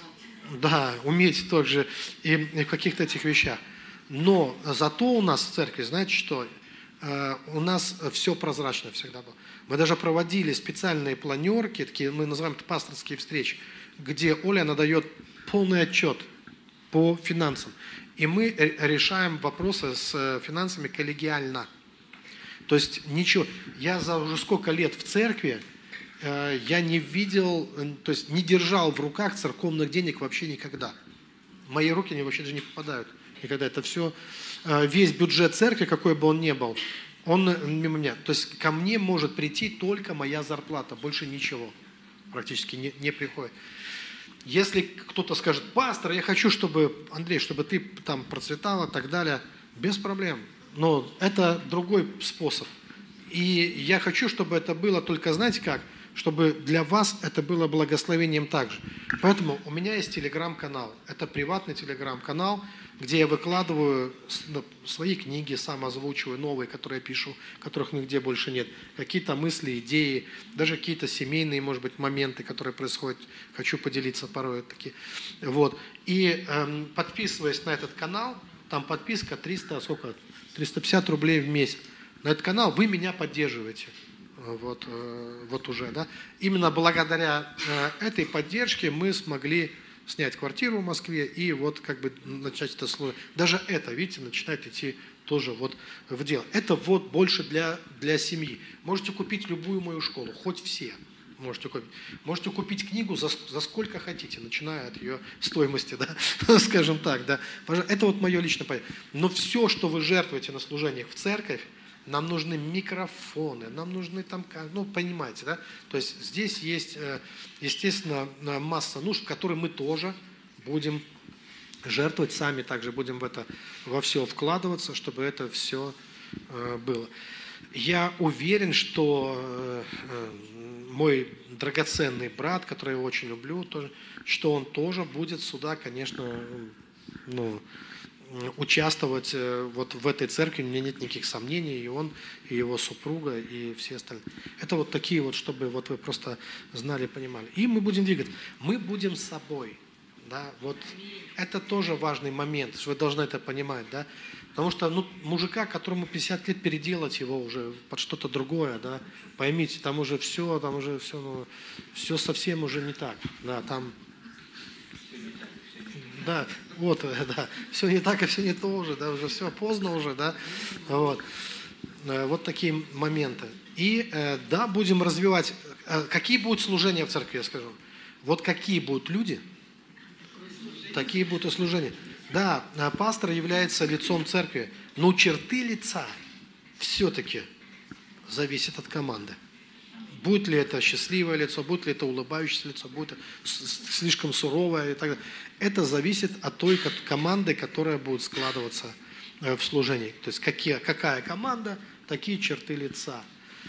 да, уметь тоже и, и в каких-то этих вещах. Но зато у нас в церкви, знаете что, э, у нас все прозрачно всегда было. Мы даже проводили специальные планерки, такие, мы называем это пасторские встречи, где Оля, она дает полный отчет по финансам. И мы решаем вопросы с финансами коллегиально. То есть ничего. Я за уже сколько лет в церкви, э, я не видел, то есть не держал в руках церковных денег вообще никогда. Мои руки они вообще даже не попадают никогда. Это все, э, весь бюджет церкви, какой бы он ни был, он мимо меня. То есть ко мне может прийти только моя зарплата, больше ничего практически не, не приходит. Если кто-то скажет: пастор, я хочу, чтобы, Андрей, чтобы ты там процветала и так далее, без проблем. Но это другой способ. И я хочу, чтобы это было только, знаете как, чтобы для вас это было благословением также. Поэтому у меня есть телеграм-канал. Это приватный телеграм-канал, где я выкладываю свои книги, сам озвучиваю новые, которые я пишу, которых нигде больше нет. Какие-то мысли, идеи, даже какие-то семейные, может быть, моменты, которые происходят. Хочу поделиться порой такие. Вот. И эм, подписываясь на этот канал, там подписка триста, сколько? триста пятьдесят рублей в месяц. На этот канал вы меня поддерживаете. Вот, э, вот уже, да. Именно благодаря э, этой поддержке мы смогли снять квартиру в Москве и вот как бы начать это слово. Даже это, видите, начинает идти тоже вот в дело. Это вот больше для, для семьи. Можете купить любую мою школу, хоть все. Можете купить. Можете купить книгу за, за сколько хотите, начиная от ее стоимости, да, скажем так, да. Это вот мое личное понятие. Но все, что вы жертвуете на служениях в церковь, нам нужны микрофоны, нам нужны там, ну, понимаете, да? То есть здесь есть, естественно, масса нужд, в которые мы тоже будем жертвовать, сами также будем в это, во все вкладываться, чтобы это все было. Я уверен, что мой драгоценный брат, которого я очень люблю, тоже, что он тоже будет сюда, конечно, ну, участвовать вот в этой церкви, у меня нет никаких сомнений, и он, и его супруга, и все остальные. Это вот такие вот, чтобы вот вы просто знали, понимали. И мы будем двигаться. Мы будем с собой, да, вот это тоже важный момент, что вы должны это понимать, да, потому что, ну, мужика, которому пятьдесят лет, переделать его уже под что-то другое, да, поймите, там уже все, там уже все, ну, все совсем уже не так, да, там... Да, вот, да, все не так, и все не то уже, да, уже все поздно уже, да, вот, вот такие моменты. И, да, будем развивать, какие будут служения в церкви, я скажу, вот какие будут люди, такие будут и служения. Да, пастор является лицом церкви, но черты лица все-таки зависят от команды. Будет ли это счастливое лицо, будет ли это улыбающееся лицо, будет это слишком суровое и так далее. Это зависит от той команды, которая будет складываться в служении. То есть какие, какая команда, такие черты лица.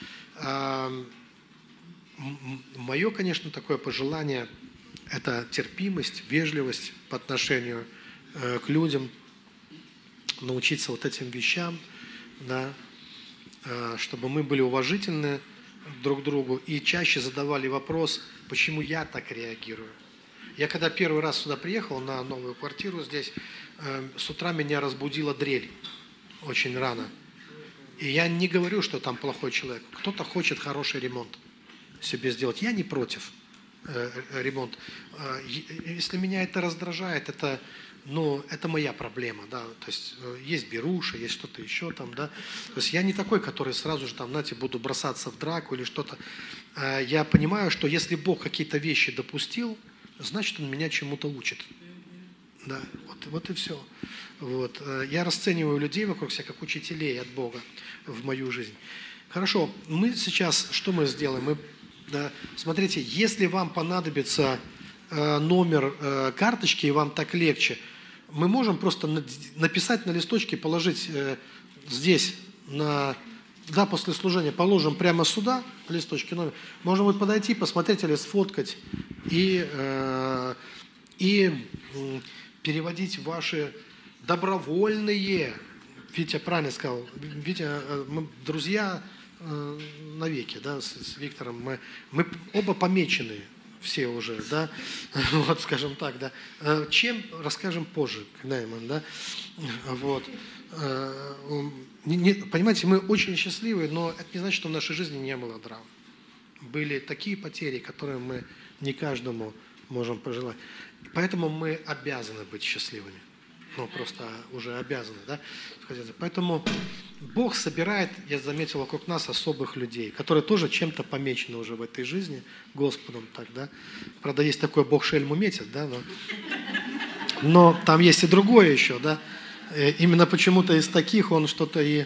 Мое, конечно, такое пожелание – это терпимость, вежливость по отношению к людям, научиться вот этим вещам, да, чтобы мы были уважительны друг к другу и чаще задавали вопрос, почему я так реагирую. Я когда первый раз сюда приехал, на новую квартиру здесь, э, с утра меня разбудила дрель очень рано. И я не говорю, что там плохой человек. Кто-то хочет хороший ремонт себе сделать. Я не против э, ремонт. Э, если меня это раздражает, это, ну, это моя проблема. Да? То есть э, есть беруши, есть что-то еще там. Да? То есть я не такой, который сразу же там, знаете, буду бросаться в драку или что-то. Э, я понимаю, что если Бог какие-то вещи допустил, значит, Он меня чему-то учит. Да, вот, вот и все. Вот. Я расцениваю людей вокруг себя как учителей от Бога в мою жизнь. Хорошо, мы сейчас, что мы сделаем? Мы, да, смотрите, если вам понадобится э, номер э, карточки, и вам так легче, мы можем просто на, написать на листочке, положить э, здесь, на, да, после служения, положим прямо сюда листочки номер. Можно будет подойти, посмотреть или сфоткать и, э, и э, переводить ваши добровольные, Витя правильно сказал, Витя, мы друзья э, навеки, да, с, с Виктором, мы, мы оба помечены все уже, да, вот, скажем так, да. Чем, расскажем позже, когда-нибудь, да, вот. Не, не, понимаете, мы очень счастливы, но это не значит, что в нашей жизни не было драм. Были такие потери, которые мы не каждому можем пожелать. Поэтому мы обязаны быть счастливыми. Ну, просто уже обязаны, да? Поэтому Бог собирает, я заметил, вокруг нас особых людей, которые тоже чем-то помечены уже в этой жизни Господом, так, да? Правда, есть такой Бог шельму метит, да? Но, но там есть и другое еще, да? Именно почему-то из таких Он что-то и,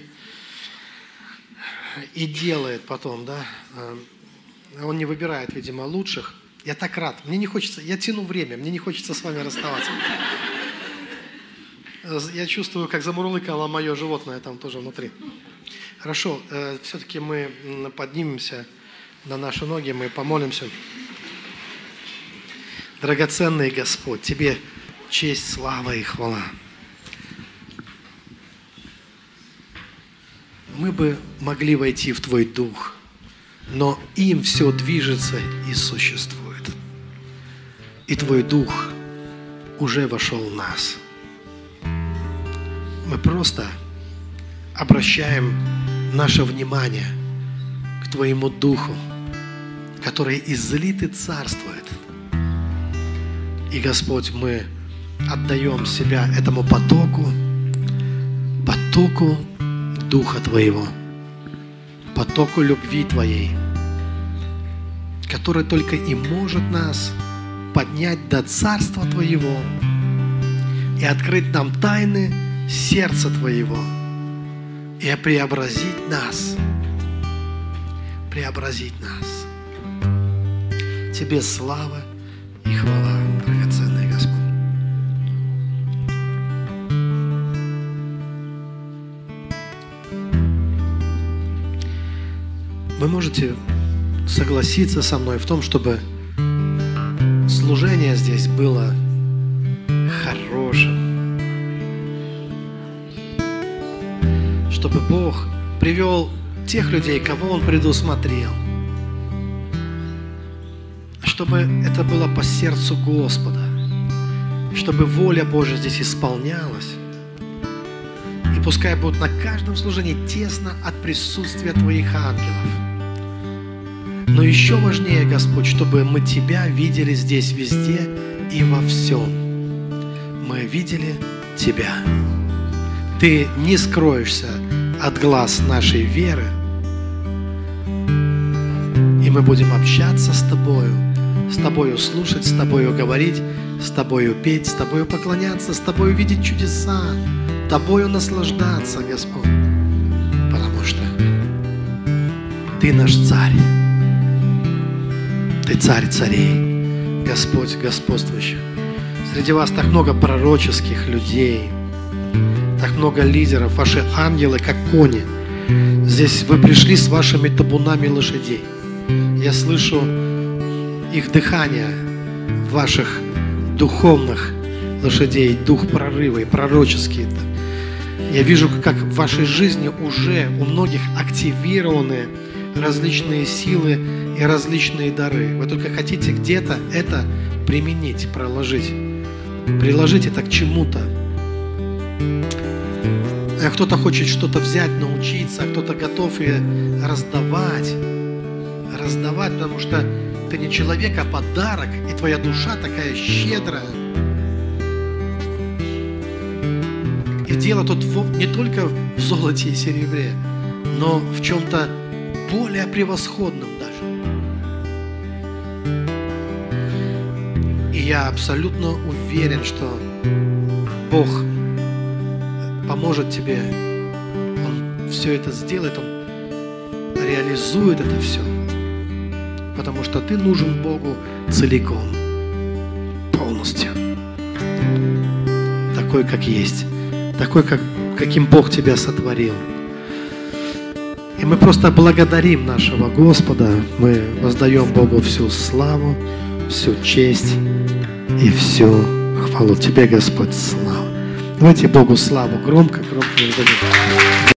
и делает потом, да? Он не выбирает, видимо, лучших. Я так рад. Мне не хочется, я тяну время, мне не хочется с вами расставаться. Я чувствую, как замурлыкало мое животное там тоже внутри. Хорошо, э, все-таки мы поднимемся на наши ноги, мы помолимся. Драгоценный Господь, Тебе честь, слава и хвала. Мы бы могли войти в Твой Дух, но им все движется и существует. И Твой Дух уже вошел в нас. Мы просто обращаем наше внимание к Твоему Духу, который излит и царствует. И, Господь, мы отдаем себя этому потоку, потоку Духа Твоего, потоку любви Твоей, который только и может нас поднять до Царства Твоего и открыть нам тайны сердца Твоего и преобразить нас, преобразить нас. Тебе слава и хвала, драгоценный Господь. Вы можете согласиться со мной в том, чтобы служение здесь было хорошим, чтобы Бог привел тех людей, кого Он предусмотрел, чтобы это было по сердцу Господа, чтобы воля Божья здесь исполнялась. И пускай будут на каждом служении тесно от присутствия Твоих ангелов. Но еще важнее, Господь, чтобы мы Тебя видели здесь везде и во всем. Мы видели Тебя. Ты не скроешься от глаз нашей веры, и мы будем общаться с Тобою, с Тобою слушать, с Тобою говорить, с Тобою петь, с Тобою поклоняться, с Тобою видеть чудеса, Тобою наслаждаться, Господь, потому что Ты наш Царь, Ты Царь царей, Господь господствующий. Среди вас так много пророческих людей, так много лидеров, ваши ангелы, как кони. Здесь вы пришли с вашими табунами лошадей. Я слышу их дыхание ваших духовных лошадей, дух прорыва и пророческий. Я вижу, как в вашей жизни уже у многих активированы различные силы и различные дары. Вы только хотите где-то это применить, проложить. Приложить это к чему-то. А кто-то хочет что-то взять, научиться, а кто-то готов и раздавать. Раздавать, потому что ты не человек, а подарок, и твоя душа такая щедрая. И дело тут не только в золоте и серебре, но в чем-то более превосходном даже. И я абсолютно уверен, что Бог поможет тебе. Он все это сделает, Он реализует это все. Потому что ты нужен Богу целиком, полностью. Такой, как есть. Такой, как, каким Бог тебя сотворил. И мы просто благодарим нашего Господа. Мы воздаем Богу всю славу, всю честь и всю хвалу. Тебе, Господь, слава. Давайте Богу славу громко, громко.